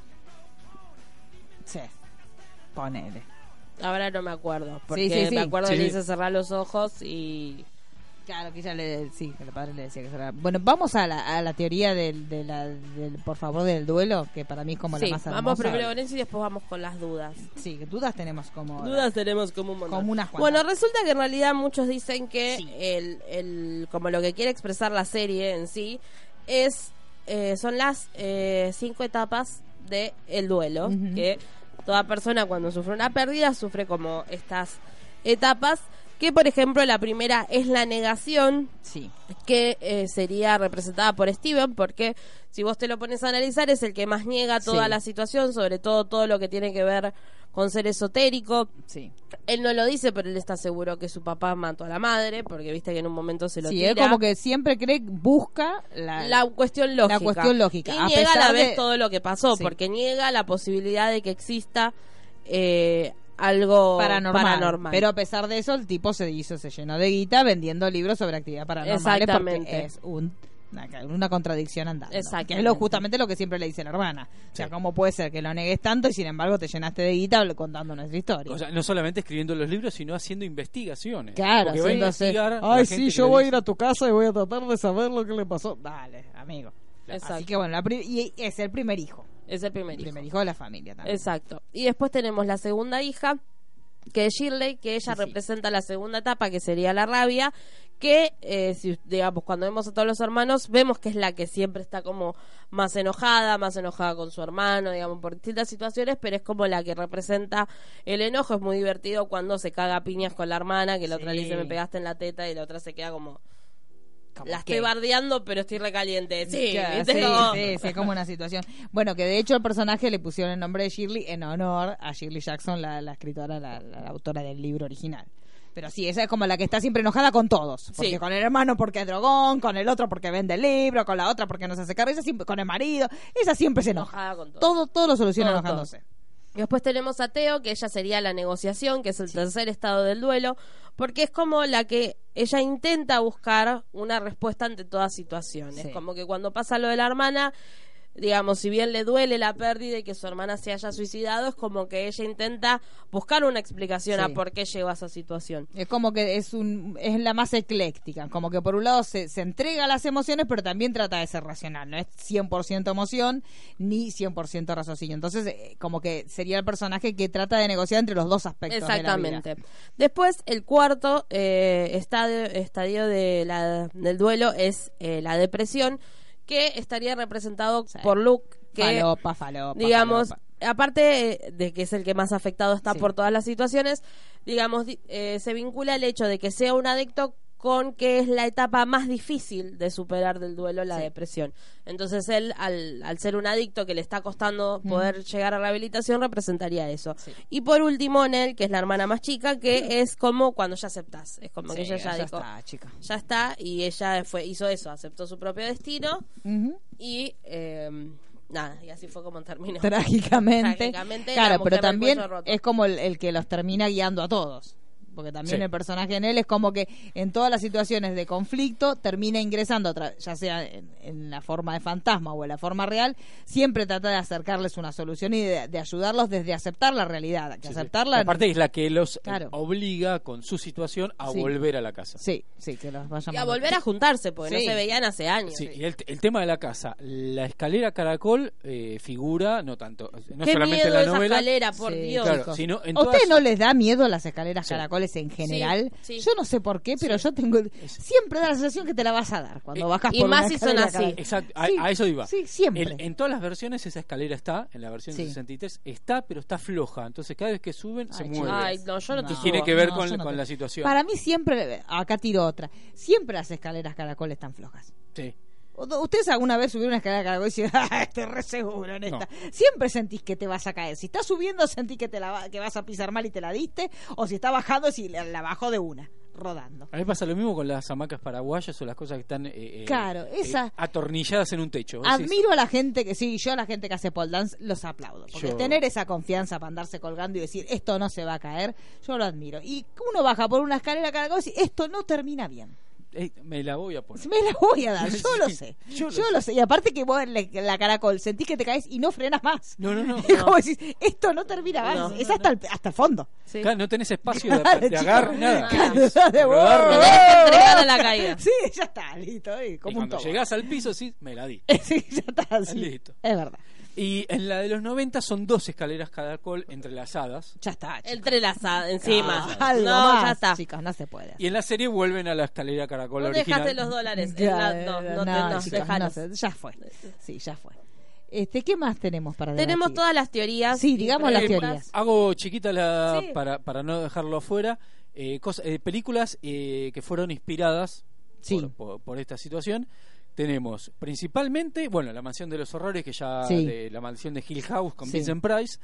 Sí, ponele. Ahora no me acuerdo, porque Sí, sí, sí. me acuerdo Sí, que le sí. hice cerrar los ojos y... Claro, que ella le, sí, que el padre le decía que eso era. Bueno, vamos a la, a la teoría del, de la, del, por favor, del duelo, que para mí es como Sí, la más hermosa. vamos primero con eso y después vamos con las dudas. Sí, que dudas tenemos como... Dudas tenemos como un montón. Como unas cuantas. Bueno, resulta que en realidad muchos dicen que Sí. el, el, como lo que quiere expresar la serie en sí es eh, son las eh, cinco etapas de el duelo, Ujú. que toda persona cuando sufre una pérdida sufre como estas etapas, que por ejemplo la primera es la negación, Sí. que eh, sería representada por Steven, porque si vos te lo pones a analizar es el que más niega toda Sí. la situación, sobre todo todo lo que tiene que ver con ser esotérico. Sí. Él no lo dice, pero él está seguro que su papá mató a la madre, porque viste que en un momento se lo Sí, tira. es como que siempre cree, busca la, la cuestión lógica. la cuestión lógica, Y a niega a la pesar vez de- todo lo que pasó, Sí. porque niega la posibilidad de que exista eh, algo paranormal. paranormal. Pero a pesar de eso, el tipo se hizo, se llenó de guita vendiendo libros sobre actividad paranormal. Exactamente. Porque es un, una, una contradicción andando. Exactamente. Que es lo, justamente lo que siempre le dice la hermana. O sea, Sí. ¿cómo puede ser que lo negues tanto y sin embargo te llenaste de guita contando nuestra historia? O sea, no solamente escribiendo los libros, sino haciendo investigaciones. Claro, Porque va a haciéndose, investigar a la ay, gente sí, que yo le voy a dice- ir a tu casa y voy a tratar de saber lo que le pasó. Dale, amigo. Exacto. Así que bueno, la pri- y es el primer hijo. Es el primer El hijo. primer hijo de la familia también. Exacto. Y después tenemos la segunda hija, que es Shirley, que ella Sí, sí. representa la segunda etapa, que sería la rabia, que, eh, si digamos, cuando vemos a todos los hermanos, vemos que es la que siempre está como más enojada, más enojada con su hermano, digamos, por distintas situaciones, pero es como la que representa el enojo. Es muy divertido cuando se caga a piñas con la hermana, que la otra le dice, Sí. me pegaste en la teta, y la otra se queda como... Como La que- estoy bardeando, pero estoy recaliente. Sí, Claro, ¿viste? sí, Como- sí, sí, es como una situación. Bueno, que de hecho el personaje le pusieron el nombre de Shirley en honor a Shirley Jackson, la, la escritora, la, la- la autora del libro original. Pero sí, esa es como la que está siempre enojada con todos. Porque Sí. con el hermano porque es drogón, con el otro porque vende el libro, con la otra porque no se hace cargo, esa siempre, con el marido, esa siempre se enoja. Enojada con todo. Todo, todo lo soluciona Todo, enojándose. Y después tenemos a Teo, que ella sería la negociación, que es el tercer estado del duelo, porque es como la que ella intenta buscar una respuesta ante todas situaciones. Sí. Como que cuando pasa lo de la hermana, digamos, si bien le duele la pérdida y que su hermana se haya suicidado, es como que ella intenta buscar una explicación Sí. a por qué llegó a esa situación. Es como que es un es la más ecléctica, como que por un lado se, se entrega a las emociones, pero también trata de ser racional, no es cien por ciento emoción ni cien por ciento raciocinio. Entonces, eh, como que sería el personaje que trata de negociar entre los dos aspectos de la Exactamente. vida. Después, el cuarto eh, estadio, estadio de la, del duelo es eh, la depresión, que estaría representado Sí. por Luke, que Falopa, falopa, digamos, falopa. aparte eh, de que es el que más afectado está Sí. por todas las situaciones, digamos, di- eh, se vincula el hecho de que sea un adicto con que es la etapa más difícil de superar del duelo, la Sí. depresión. Entonces él, al, al ser un adicto que le está costando poder llegar a rehabilitación, representaría eso. Sí. Y por último, Nel, que es la hermana más chica, que es como cuando ya aceptás. Es como que Sí, ella ya, ya dijo, está, chica. ya está, y ella fue hizo eso, aceptó su propio destino Ujú. y... eh, nada, y así fue como terminó. Trágicamente. Trágicamente, la Claro, mujer pero del también cuello roto. es como el, el que los termina guiando a todos. Porque también Sí. el personaje en él es como que en todas las situaciones de conflicto termina ingresando, otra- ya sea en, en la forma de fantasma o en la forma real, siempre trata de acercarles una solución y de, de ayudarlos desde aceptar la realidad. Que Sí, sí. aceptarla. Aparte es la que los eh, Claro. obliga con su situación a Sí. volver a la casa. Sí, sí, que los vayan Y a volver a juntarse, porque Sí. no se veían hace años. Sí, y el, el tema de la casa, la escalera caracol eh, figura, no tanto, no Qué solamente miedo en la esa novela, escalera, por Sí, Dios. claro, chicos. sino en ¿A todas- usted no les da miedo las escaleras Sí. caracoles en general? sí. Yo no sé por qué, pero yo tengo... Siempre da la sensación que te la vas a dar cuando Eh, bajas y por más una si son escalera así. caracol. Exacto, a, Sí, a eso iba. Sí, siempre. En, en todas las versiones esa escalera está, en la versión Sí. sesenta y tres está, pero está floja, entonces cada vez que suben se Ay, mueve. Ay, no, yo no, te y subo. tiene que ver No, con, yo no con te- la situación. Para mí siempre, acá tiro otra, siempre las escaleras caracoles están flojas. Sí. ¿U- ¿Ustedes alguna vez subieron una escalera caracol y dicen, ah, estoy re seguro en esta? No. Siempre sentís que te vas a caer. Si estás subiendo, sentís que, te la, va- que vas a pisar mal y te la diste, o si está bajando, si la, la bajó de una, rodando. A mí pasa lo mismo con las hamacas paraguayas o las cosas que están eh, eh, Claro, eh, esa- atornilladas en un techo. Vos decís, Admiro a la gente que sí, yo a la gente que hace pole dance los aplaudo. Porque Yo- tener esa confianza para andarse colgando y decir esto no se va a caer, yo lo admiro. Y uno baja por una escalera caracol y dice esto no termina bien. "Ey, me la voy a poner. Me la voy a dar, yo Sí, lo sé. yo Yo, lo lo sé. Y aparte que vos en la, la caracol sentís que te caes y no frenas más. No, no, no. Es como decís, esto no termina más. No, es no, hasta, El, hasta el fondo. Sí. Claro, no tenés espacio de, Claro, de chico. agarre, nada. Claro, Es de rodar, vos. Te tenés que entregar a la caída. Sí, ya está, listo. eh, Y como un cuando tobo. llegás al piso, sí, me la di. Sí, ya está. sí. Listo. Es verdad. Y en la de los noventa son dos escaleras caracol entrelazadas. Ya está. chicos. Entrelazada encima. Ah, algo no, más, ya está. chicos, no se puede. Y en la serie vuelven a la escalera caracol ¿Dónde original. dejaste los dólares? En Ya, la- no, no, te- no, chicos, dejalos. no sé, ya fue. Sí, ya fue. Este, ¿qué más tenemos para Tenemos debatir? todas las teorías. Sí, digamos las Eh, teorías. Hago chiquita la Sí. para, para no dejarlo afuera. Eh, cos- eh, películas eh, que fueron inspiradas Sí. por, por- por esta situación. Tenemos principalmente, bueno, La Mansión de los Horrores, que ya Sí. de La Maldición de Hill House con Sí. Vincent Price,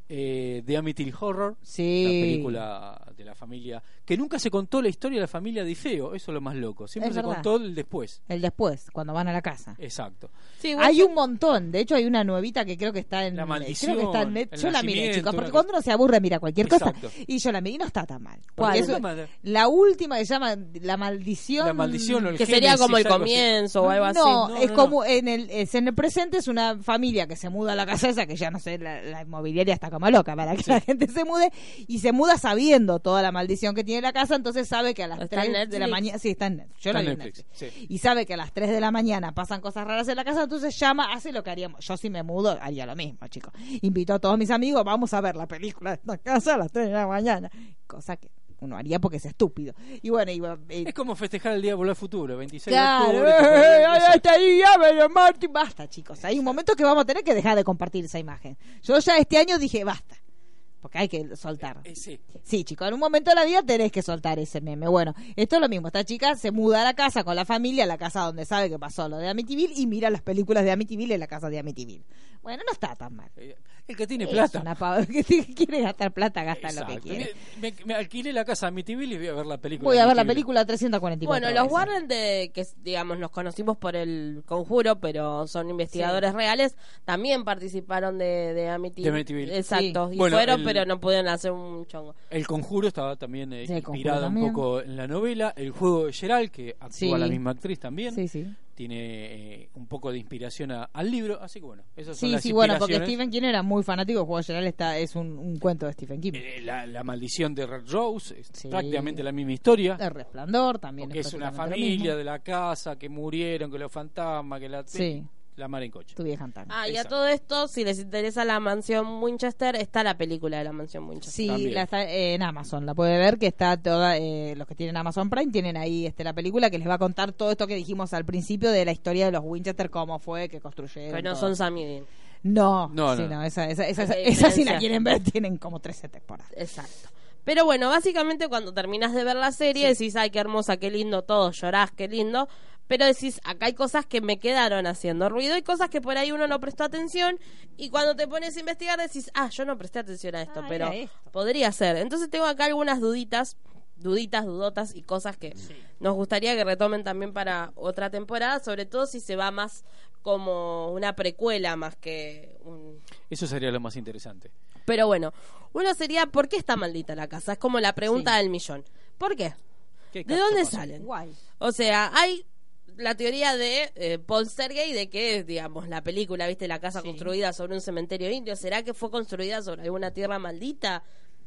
eh, The Amityville Horror, Sí. la película de la familia, que nunca se contó la historia de la familia Di Feo, eso es lo más loco, siempre Es se verdad. contó el después. El después, cuando van a la casa. Exacto. Sí, igual Hay yo- un montón, de hecho hay una nuevita que creo que está en La Maldición, creo que está en net- el yo la miré, nacimiento, chicos, porque una cuando uno se aburre mira cualquier Exacto. cosa y yo la miré y no está tan mal. ¿Cuál? Porque eso- ¿Cómo? la última que se llama La Maldición. La Maldición o el que sería Génesis, como el algo así. comienzo o algo así. No, No, es no, como en el es en el presente es una familia que se muda a la casa esa, que ya no sé, la, la inmobiliaria está como loca para que Sí. la gente se mude, y se muda sabiendo toda la maldición que tiene la casa, entonces sabe que a las ¿Está en tres de la Netflix? mañana, sí, está en Netflix, yo Está la en vi en Netflix, Netflix. sí. Y sabe que a las tres de la mañana pasan cosas raras en la casa, entonces llama, hace lo que haríamos. Yo si me mudo haría lo mismo, chicos. Invito a todos mis amigos, vamos a ver la película de esta casa a las tres de la mañana, cosa que uno haría porque es estúpido. Y bueno, y, eh, Es como festejar el día de Volver al Futuro, veintiséis claro, de octubre. eh, te eh, pones- eh, hasta ahí, ya, pero Martín, basta, chicos. Hay un momento que vamos a tener que dejar de compartir esa imagen. Yo ya este año dije, basta, porque hay que soltar. Eh, sí. Sí, chicos, en un momento de la vida tenés que soltar ese meme. Bueno, esto es lo mismo. Esta chica se muda a la casa con la familia, a la casa donde sabe que pasó lo de Amityville, y mira las películas de Amityville en la casa de Amityville. Bueno, no está tan mal. Eh, El que tiene Es plata. una pava- que si quiere gastar plata, gasta lo Exacto. que quiere. Me, me alquilé la casa a Amityville y voy a ver la película. Voy a ver la Amityville. película trescientas cuarenta y cuatro Bueno, los veces. Warren, de que digamos nos conocimos por el Conjuro, pero son investigadores reales, también participaron de, de Amityville. De Amityville. Exacto, Sí. y Bueno, fueron, el- pero no pudieron hacer un chongo. El Conjuro estaba también eh, Sí, el Conjuro inspirada un también. poco en la novela. El juego de Geralt, que actúa Sí. la misma actriz también, Sí, sí. tiene eh, un poco de inspiración a- al libro. Así que bueno, esas son Sí, las sí, bueno, porque inspiraciones. Stephen King era muy fanático. El juego general está, es un, un cuento de Stephen King. Eh, la, la maldición de Red Rose es Sí. prácticamente la misma historia. El Resplandor también. Porque es una prácticamente lo familia mismo. de la casa que murieron, que los fantasmas, que la, Sí. la mar en coche. Tu vieja Antana. Ah, y a Exacto. todo esto, si les interesa la mansión Winchester, está la película de la mansión Winchester. Sí, También. la está eh, en Amazon, la puede ver, que está toda, eh, los que tienen Amazon Prime tienen ahí este la película que les va a contar todo esto que dijimos al principio de la historia de los Winchester, cómo fue que construyeron. Pero no todo. son Sam y Dean. No, No, sí, no. no, esa, esa, esa, Hay esa si la diferencia. quieren ver tienen como trece temporadas. Exacto. Pero bueno, básicamente cuando terminas de ver la serie decís, ay, qué hermosa, qué lindo todo, llorás, qué lindo. Pero decís, acá hay cosas que me quedaron haciendo ruido y cosas que por ahí uno no prestó atención. Y cuando te pones a investigar decís, ah, yo no presté atención a esto, Ah, pero era esto. podría ser. Entonces tengo acá algunas duditas, duditas, dudotas y cosas que nos gustaría que retomen también para otra temporada, sobre todo si se va más como una precuela más que un... Eso sería lo más interesante. Pero bueno, uno sería, ¿por qué está maldita la casa? Es como la pregunta Sí. del millón. ¿Por qué? ¿Qué ¿De cacho dónde pasó? salen? Guay. O sea, hay la teoría de eh, Paul Sergei de que, digamos, la película, viste, la casa Sí. construida sobre un cementerio indio, ¿será que fue construida sobre alguna tierra maldita?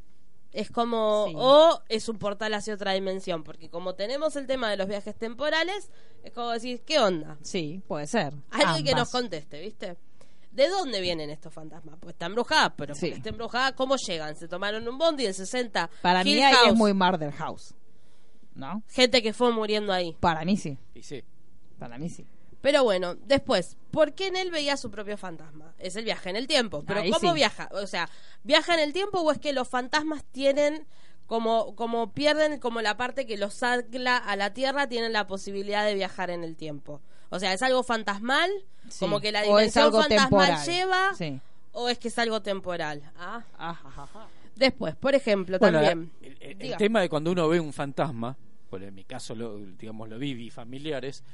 Es como, Sí. o es un portal hacia otra dimensión, porque como tenemos el tema de los viajes temporales, es como decir, ¿qué onda? Sí, puede ser. Alguien que Ambas. nos conteste, ¿viste? ¿De dónde vienen estos fantasmas? Pues está embrujada, pero Sí. porque está embrujada, ¿cómo llegan? ¿Se tomaron un bondi del sesenta? Para mí Hill ahí House. es muy Murder House. ¿No? Gente que fue muriendo ahí. Para mí sí. Y sí. Para mí sí. Pero bueno, después, ¿por qué en él veía su propio fantasma? Es el viaje en el tiempo. Pero Ahí ¿cómo sí. viaja? O sea, ¿viaja en el tiempo o es que los fantasmas tienen como, como pierden como la parte que los ancla a la Tierra, tienen la posibilidad de viajar en el tiempo? O sea, ¿es algo fantasmal? Sí. Como que la O es dimensión algo fantasmal temporal. lleva, Sí. o es que es algo temporal. Ah. Ajá, ajá, ajá. Después, por ejemplo, Bueno, también. el, el- el Diga. tema de cuando uno ve un fantasma, por en mi caso, lo, digamos, lo vi, vi familiares,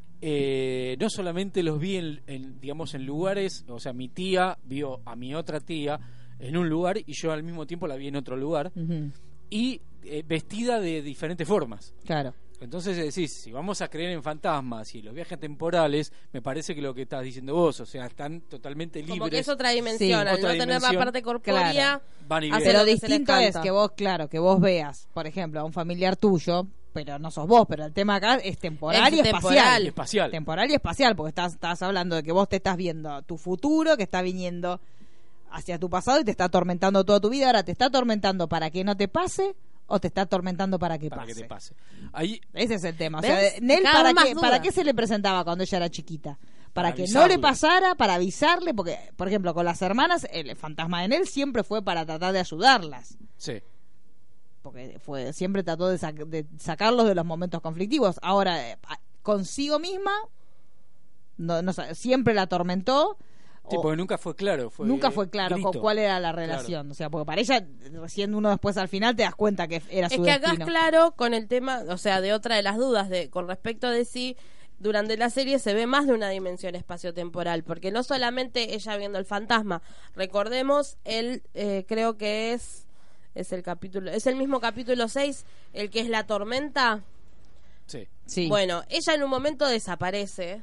eh, no solamente los vi en, en, digamos, en lugares, o sea, mi tía vio a mi otra tía en un lugar y yo al mismo tiempo la vi en otro lugar, Ujú. y eh, vestida de diferentes formas. Claro. Entonces decís, si vamos a creer en fantasmas y los viajes temporales, me parece que lo que estás diciendo vos, o sea, están totalmente libres. Como que es otra dimensión, Sí. al Otra no tener la dimensión. parte corpórea. Claro. Van y hace vienen. Pero lo que se les distinto es canta. que vos, claro, que vos veas, por ejemplo, a un familiar tuyo, pero no sos vos, pero el tema acá es temporal Es y temporal. espacial. Espacial. Temporal y espacial, porque estás, estás hablando de que vos te estás viendo tu futuro, que está viniendo hacia tu pasado y te está atormentando toda tu vida. Ahora, ¿te está atormentando para que no te pase o te está atormentando para que para pase? que te pase. Ahí Ese es el tema. O ¿Ves? sea, Nel, Cada ¿para vez qué, más ¿para duda. qué se le presentaba cuando ella era chiquita? para, Para que avisarle. no le pasara, para avisarle, porque, por ejemplo, con las hermanas, el fantasma de Nell siempre fue para tratar de ayudarlas. Sí. Porque fue siempre trató de, sac- de sacarlos de los momentos conflictivos. Ahora, eh, a- consigo misma, no, no sa- siempre la atormentó. Sí, o- porque nunca fue claro. Fue nunca fue claro grito. con cuál era la relación. O sea, porque para ella, recién uno después al final te das cuenta que era Es su que acá es destino. claro con el tema, o sea, de otra de las dudas de con respecto de si durante la serie se ve más de una dimensión espaciotemporal, porque no solamente ella viendo el fantasma, recordemos, él eh, creo que es es el capítulo, es el mismo capítulo seis, el que es la tormenta. Sí. Sí. Bueno, ella en un momento desaparece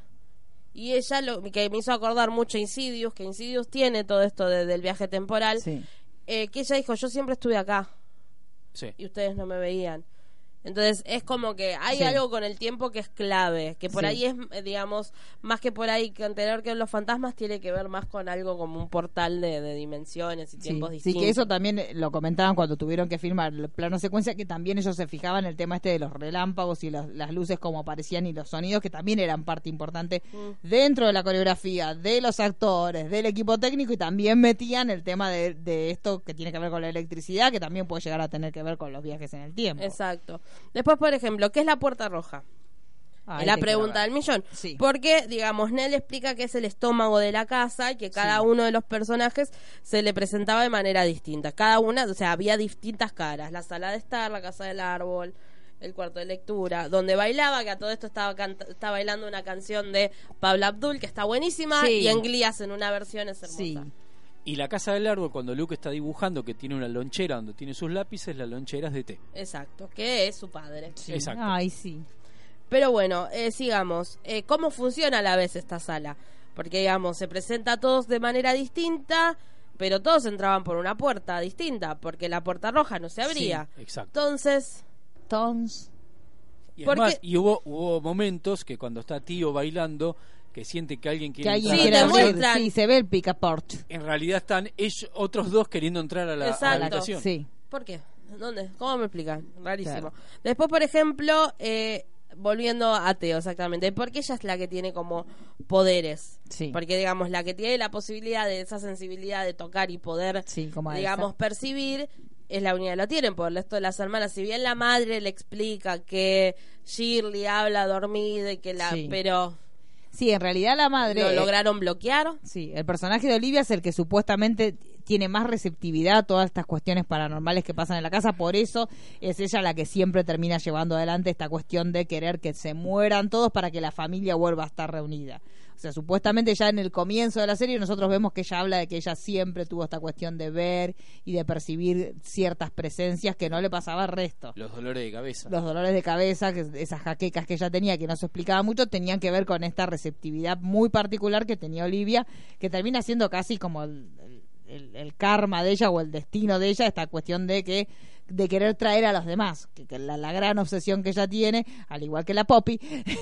y ella, lo que me hizo acordar mucho a Insidious, que Insidious tiene todo esto de- del viaje temporal, Sí. eh, que ella dijo, yo siempre estuve acá Sí. y ustedes no me veían. Entonces es como que hay Sí. algo con el tiempo que es clave, que por Sí. ahí es, eh, digamos, más que por ahí que tener que ver los fantasmas, tiene que ver más con algo como un portal de, de dimensiones y Sí, tiempos sí, distintos. que eso también eh, lo comentaban cuando tuvieron que filmar el plano secuencia, que también ellos se fijaban en el tema este de los relámpagos y los- las luces como aparecían y los sonidos, que también eran parte importante Mm. dentro de la coreografía, de los actores, del equipo técnico, y también metían el tema de, de esto que tiene que ver con la electricidad, que también puede llegar a tener que ver con los viajes en el tiempo. Exacto. Después, por ejemplo, ¿qué es la puerta roja? Ah, Es la ahí te pregunta quiero del ver. millón. Sí. Porque, digamos, Nell explica que es el estómago de la casa y que cada Sí. uno de los personajes se le presentaba de manera distinta. Cada una, o sea, había distintas caras. La sala de estar, la casa del árbol, el cuarto de lectura, donde bailaba, que a todo esto estaba, canta- estaba bailando una canción de Pablo Abdul, que está buenísima, Sí. y en Glee hacen una versión, es hermosa. Sí. Y la casa del árbol, cuando Luke está dibujando que tiene una lonchera donde tiene sus lápices, la lonchera es de té. Exacto, que es su padre. Sí. Exacto. Ay, sí. Pero bueno, eh, sigamos. Eh, ¿Cómo funciona a la vez esta sala? Porque, digamos, se presenta a todos de manera distinta, pero todos entraban por una puerta distinta, porque la puerta roja no se abría. Exacto. Entonces, Tons. Y, porque- además, y hubo, hubo momentos que cuando está Tío bailando, que siente que alguien quiere Que alguien entrar Sí, a quiere te la abrir. habitación, muestran. Sí, se ve el picaport. en realidad están ellos, otros dos queriendo entrar a la, a la Exacto. habitación. Sí. ¿por qué? ¿Dónde? ¿Cómo me explican? Rarísimo. Claro. Después, por ejemplo, eh, volviendo a Teo, exactamente, porque ella es la que tiene como poderes. Sí. Porque, digamos, la que tiene la posibilidad de esa sensibilidad de tocar y poder, Sí, como digamos, esa. percibir, es la única que lo tienen. Por el resto de las hermanas, si bien la madre le explica que Shirley habla dormida y que la... Sí. Pero Sí, en realidad la madre... lo lograron bloquear. Sí, el personaje de Olivia es el que supuestamente tiene más receptividad a todas estas cuestiones paranormales que pasan en la casa, por eso es ella la que siempre termina llevando adelante esta cuestión de querer que se mueran todos para que la familia vuelva a estar reunida. O sea, supuestamente ya en el comienzo de la serie nosotros vemos que ella habla de que ella siempre tuvo esta cuestión de ver y de percibir ciertas presencias que no le pasaba al resto. Los dolores de cabeza. Los dolores de cabeza, que esas jaquecas que ella tenía, que no se explicaba mucho, tenían que ver con esta receptividad muy particular que tenía Olivia, que termina siendo casi como el, el- el karma de ella o el destino de ella, esta cuestión de que de querer traer a los demás, que, que la, la gran obsesión que ella tiene, al igual que la Poppy,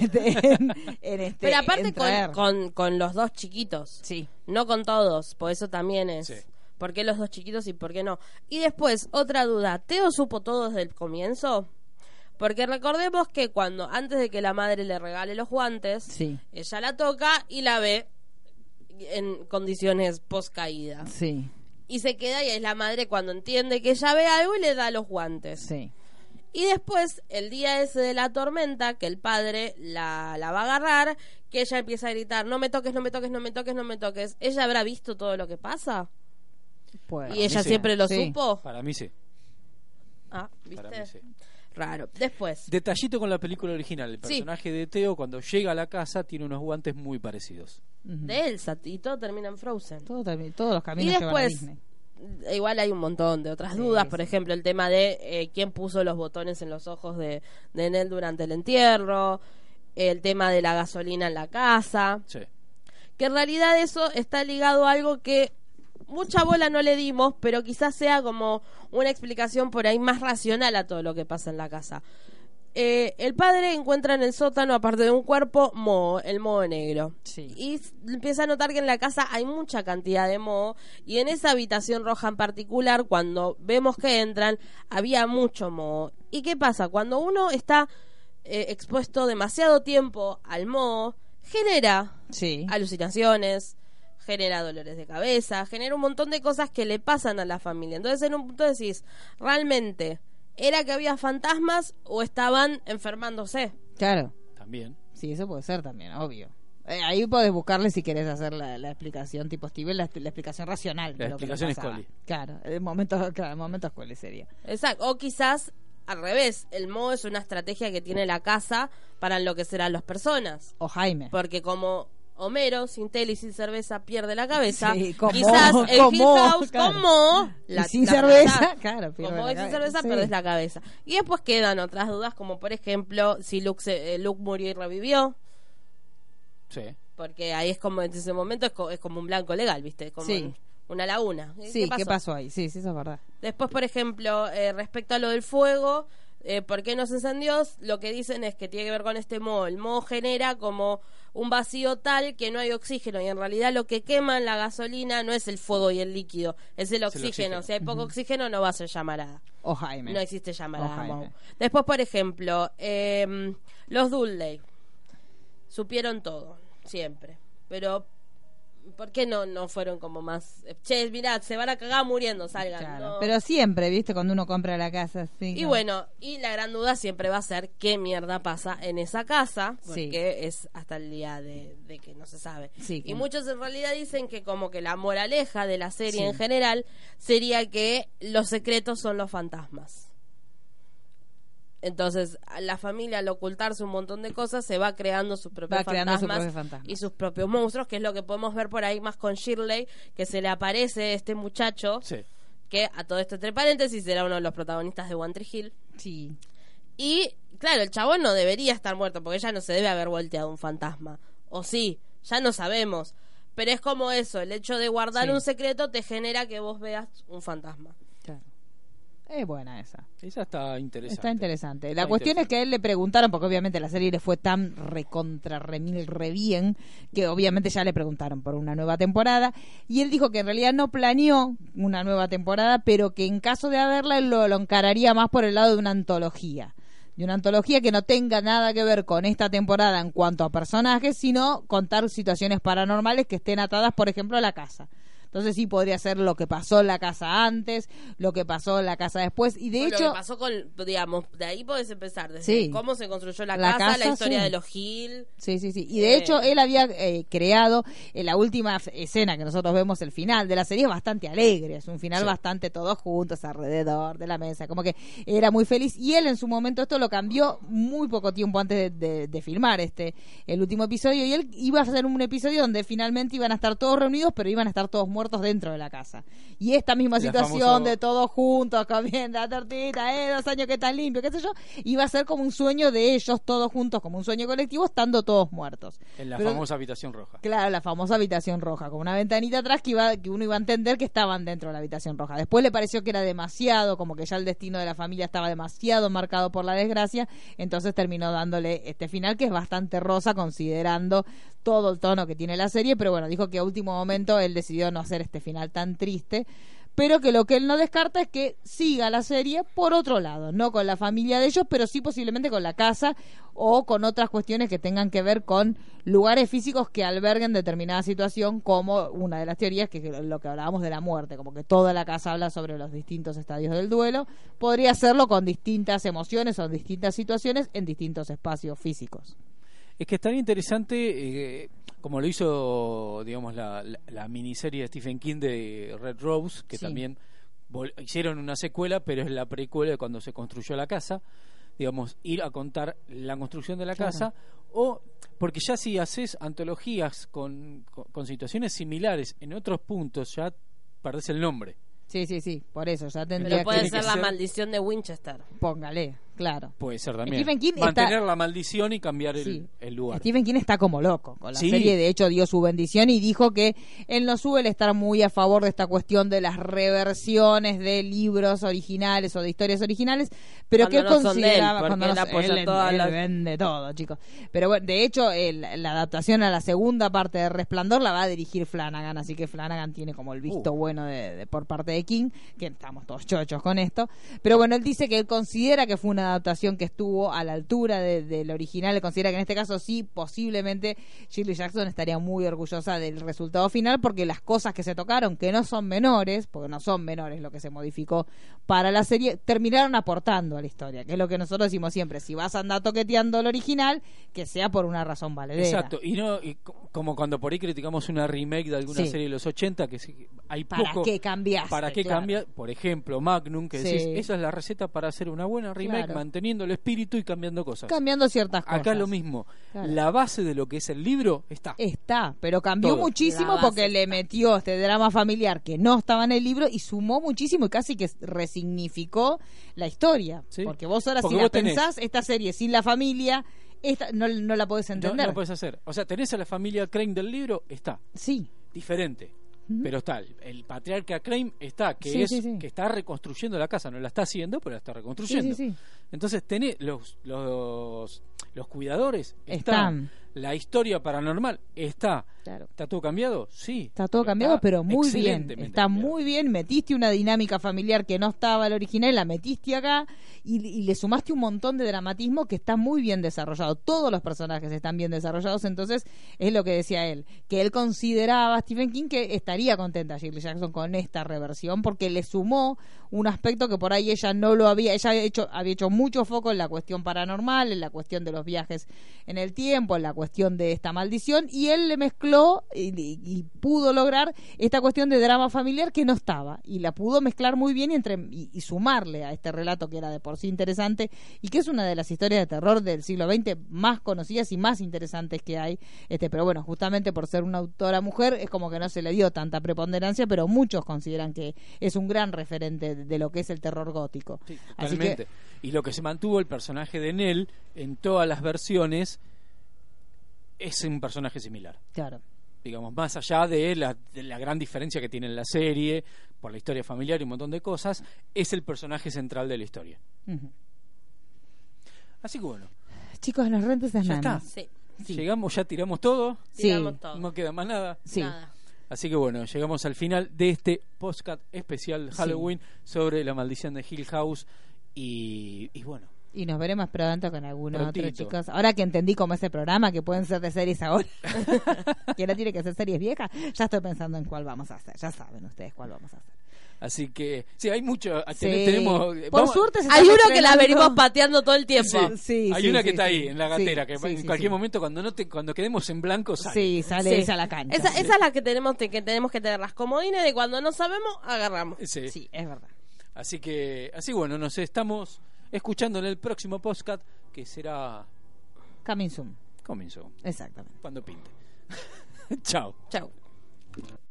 en, en este, Pero aparte en traer. con, con, con los dos chiquitos. Sí. No con todos, por eso también es. Sí. ¿Por qué los dos chiquitos y por qué no? Y después, otra duda. ¿Teo supo todo desde el comienzo? Porque recordemos que cuando, antes de que la madre le regale los guantes, Sí. ella la toca y la ve en condiciones post caída. Sí, Y se queda y es la madre cuando entiende que ella ve algo y le da los guantes. sí. Y después, el día ese de la tormenta, que el padre la, la va a agarrar, que ella empieza a gritar, no me toques, no me toques, no me toques, no me toques. ¿Ella habrá visto todo lo que pasa? Pues, ¿Y ella sí. siempre lo Sí. supo? Para mí sí. Ah, Para mí ¿viste? sí. Raro. Después, Detallito con la película original. El Sí. personaje de Teo, cuando llega a la casa, tiene unos guantes muy parecidos. ujú. de Elsa, y todo termina en Frozen. Todo también- todos los Y caminos llevan a después, Disney. igual hay un montón de otras Sí, dudas, sí. por ejemplo, el tema de eh, quién puso los botones en los ojos de, de Nell durante el entierro, el tema de la gasolina en la casa, Sí. que en realidad eso está ligado a algo que mucha bola no le dimos, pero quizás sea como una explicación por ahí más racional a todo lo que pasa en la casa. Eh, el padre encuentra en el sótano, aparte de un cuerpo, moho, el moho negro. Sí. Y s- empieza a notar que en la casa hay mucha cantidad de moho. Y en esa habitación roja en particular, cuando vemos que entran, había mucho moho. ¿Y qué pasa? Cuando uno está eh, expuesto demasiado tiempo al moho, genera Sí. alucinaciones, genera dolores de cabeza, genera un montón de cosas que le pasan a la familia. Entonces en un punto decís, ¿realmente era que había fantasmas o estaban enfermándose? Claro. También. Sí, eso puede ser también, obvio. Eh, ahí podés buscarle si querés hacer la, la explicación tipo Steven, la, la explicación racional. de La lo que le explicación pasaba. Scully. Claro, el momento, claro, el momento Scully sería. Exacto. O quizás al revés, el moho es una estrategia que tiene la casa para enloquecer a las personas. O Jaime. Porque como Homero, sin tele y sin cerveza, pierde la cabeza, Sí, como- quizás en como, Hill House, claro. como Y sin cerveza, claro, pierde como la sin cabeza. cerveza, Sí. perdés la cabeza. Y después quedan otras dudas, como por ejemplo, si Luke, se- eh, Luke murió y revivió. Sí. Porque ahí es como, en ese momento es, co- es como un blanco legal, ¿viste? Como Sí. un- una laguna. Sí, ¿qué pasó ahí? Sí, sí, eso es verdad. Después, por ejemplo, eh, respecto a lo del fuego, eh, ¿por qué no se encendió? Lo que dicen es que tiene que ver con este moho. El moho genera como un vacío tal que no hay oxígeno y en realidad lo que quema en la gasolina no es el fuego y el líquido, es el oxígeno. oxígeno. Si hay poco oxígeno no va a ser llamarada. O Jaime. No existe O llamarada. Jaime. moho. Después, por ejemplo, eh, los Dudley supieron todo, siempre. Pero ¿por qué no no fueron como más? Che, mirá, se van a cagar muriendo, salgan. Claro. no. Pero siempre, ¿viste? Cuando uno compra la casa. Sí, Y no. bueno, y la gran duda siempre va a ser qué mierda pasa en esa casa, Sí. porque es hasta el día de, de que no se sabe. Sí, y que- muchos en realidad dicen que como que la moraleja de la serie Sí. en general sería que los secretos son los fantasmas. Entonces, a la familia al ocultarse un montón de cosas se va creando sus propios Va creando sus fantasmas propios fantasmas. y sus propios monstruos, que es lo que podemos ver por ahí más con Shirley, que se le aparece este muchacho, Sí. que a todo esto entre paréntesis será uno de los protagonistas de One Tree Hill. Sí. Y claro, el chabón no debería estar muerto porque ya no se debe haber volteado un fantasma. O sí, ya no sabemos. Pero es como eso, el hecho de guardar Sí. un secreto te genera que vos veas un fantasma. Claro. Es buena esa. Esa está interesante. Está interesante. La Está cuestión es interesante. que a él le preguntaron, porque obviamente la serie le fue tan recontra, remil, re bien, que obviamente ya le preguntaron por una nueva temporada. Y él dijo que en realidad no planeó una nueva temporada, pero que en caso de haberla, él lo, lo encararía más por el lado de una antología. De una antología que no tenga nada que ver con esta temporada en cuanto a personajes, sino contar situaciones paranormales que estén atadas, por ejemplo, a la casa. Entonces sí podría ser lo que pasó en la casa antes, lo que pasó en la casa después. Y de Bueno, hecho... lo que pasó con, digamos, de ahí podés empezar, desde Sí. cómo se construyó la, La casa, casa, la historia sí. de los Hill. Sí, sí, sí. Y de Eh. hecho, él había eh, creado en la última f- escena que nosotros vemos, el final de la serie, es bastante alegre. Es un final Sí. bastante todos juntos alrededor de la mesa. Como que era muy feliz. Y él en su momento esto lo cambió muy poco tiempo antes de, de- de filmar este el último episodio. Y él iba a hacer un episodio donde finalmente iban a estar todos reunidos, pero iban a estar todos muertos dentro de la casa. Y esta misma La situación famoso- de todos juntos comiendo la tortita, eh, dos años que tan limpio, qué sé yo, iba a ser como un sueño de ellos todos juntos, como un sueño colectivo, estando todos muertos. En la Pero- famosa habitación roja. Claro, la famosa habitación roja, con una ventanita atrás que iba que uno iba a entender que estaban dentro de la habitación roja. Después le pareció que era demasiado, como que ya el destino de la familia estaba demasiado marcado por la desgracia, entonces terminó dándole este final que es bastante rosa considerando todo el tono que tiene la serie, pero bueno, dijo que a último momento él decidió no hacer este final tan triste, pero que lo que él no descarta es que siga la serie por otro lado, no con la familia de ellos, pero sí posiblemente con la casa o con otras cuestiones que tengan que ver con lugares físicos que alberguen determinada situación, como una de las teorías, que es lo que hablábamos de la muerte, como que toda la casa habla sobre los distintos estadios del duelo, podría hacerlo con distintas emociones o distintas situaciones en distintos espacios físicos. Es que es tan interesante eh, como lo hizo, digamos, la, la, la miniserie de Stephen King de Red Rose, que Sí. también vol- hicieron una secuela, pero es la precuela de cuando se construyó la casa. Digamos, ir a contar la construcción de la Claro. casa, o porque ya si haces antologías con, con, con situaciones similares en otros puntos, ya perdés el nombre. Sí, sí, sí, por eso ya tendría Pero puede que... ser que la ser- maldición de Winchester. Póngale, claro. Puede ser también. Stephen King mantener está- la maldición y cambiar el, Sí. el lugar. Stephen King está como loco con la Sí. serie, de hecho dio su bendición y dijo que él no suele estar muy a favor de esta cuestión de las reversiones de libros originales o de historias originales, pero Cuando que él no son de él, consideraba porque cuando él no- apoya él, todas él las- vende todo, chicos. Pero bueno, de hecho el- la adaptación a la segunda parte de Resplandor la va a dirigir Flanagan, así que Flanagan tiene como el visto Uh. bueno de, de- por parte de King, que estamos todos chochos con esto, pero bueno, él dice que él considera que fue una adaptación que estuvo a la altura de, del original. Considera que en este caso sí, posiblemente Shirley Jackson estaría muy orgullosa del resultado final, porque las cosas que se tocaron, que no son menores, porque no son menores lo que se modificó para la serie, terminaron aportando a la historia, que es lo que nosotros decimos siempre: si vas a andar toqueteando el original, que sea por una razón valedera. Exacto, y no y como cuando por ahí criticamos una remake de alguna Sí. serie de los ochenta, que sí, hay ¿Para poco... qué cambiaste? ¿Para qué Claro. cambia? Por ejemplo, Magnum, que Sí. decís, esa es la receta para hacer una buena remake, Claro. manteniendo el espíritu y cambiando cosas. Cambiando ciertas cosas. Acá lo mismo. Claro. La base de lo que es el libro está. Está, pero cambió Todo. muchísimo La base porque le metió este drama familiar que no estaba en el libro y sumó muchísimo y casi que resignificó la historia. Sí. Porque vos ahora, Porque si vos la tenés- pensás, esta serie sin la familia, esta no, no la podés No, entender. no puedes hacer. O sea, tenés a la familia Crane del libro, está. Sí. Diferente. Ujú. Pero está, el, el patriarca Crane está, que Sí, es sí, sí. que está reconstruyendo la casa, no la está haciendo, pero la está reconstruyendo. Sí, sí, sí. Entonces tenés los los los cuidadores Están. están. La historia paranormal está. Claro. ¿Está todo cambiado? Sí. Está todo cambiado, pero muy bien. excelentemente Está cambiado. muy bien. Metiste una dinámica familiar que no estaba en el original, la metiste acá y, y le sumaste un montón de dramatismo que está muy bien desarrollado. Todos los personajes están bien desarrollados. Entonces, es lo que decía él, que él consideraba, Stephen King, que estaría contenta Shirley Jackson con esta reversión porque le sumó un aspecto que por ahí ella no lo había. Ella había hecho, había hecho mucho foco en la cuestión paranormal, en la cuestión de los viajes en el tiempo, en la cuestión de esta maldición, y él le mezcló y, y- y pudo lograr esta cuestión de drama familiar que no estaba, y la pudo mezclar muy bien y, entre, y, y sumarle a este relato que era de por sí interesante y que es una de las historias de terror del siglo veinte más conocidas y más interesantes que hay. Este, pero bueno, justamente por ser una autora mujer es como que no se le dio tanta preponderancia, pero muchos consideran que es un gran referente de, de lo que es el terror gótico. Sí, Así totalmente. que Y lo que se mantuvo el personaje de Nell en todas las versiones es un personaje similar. claro. Digamos, más allá de la, de la gran diferencia que tiene en la serie, por la historia familiar y un montón de cosas, es el personaje central de la historia. Ujú. Así que bueno, Chicos, los rentes ya enanos. está. Sí, Sí. Llegamos, ya tiramos todo, Sí. tiramos todo. no queda más nada. Sí. Nada. Así que bueno, llegamos al final de este podcast especial Sí. Halloween sobre la maldición de Hill House. Y, y bueno, Y nos veremos pronto con algunos Prontito. otros chicos. Ahora que entendí cómo es el programa, que pueden ser de series ahora, que no tiene que ser series viejas, ya estoy pensando en cuál vamos a hacer. Ya saben ustedes cuál vamos a hacer. así que sí, hay mucho. Sí. Tenemos, Por vamos- suerte se Hay están uno que la estrenando- venimos pateando todo el tiempo. Sí. Sí, hay sí, una sí, que está sí. ahí en la Sí, gatera, que sí, en sí, cualquier sí. momento cuando no te, cuando quedemos en blanco sale. Sí, sale Sí. esa a la cancha. Esa, Sí. esa es la que tenemos que tenemos que tener las comodines de cuando no sabemos, agarramos. Sí. Sí, es verdad. Así que, así bueno, nos estamos escuchando en el próximo podcast que será Coming soon. comenzó Exactamente. cuando pinte. Chao. Chau.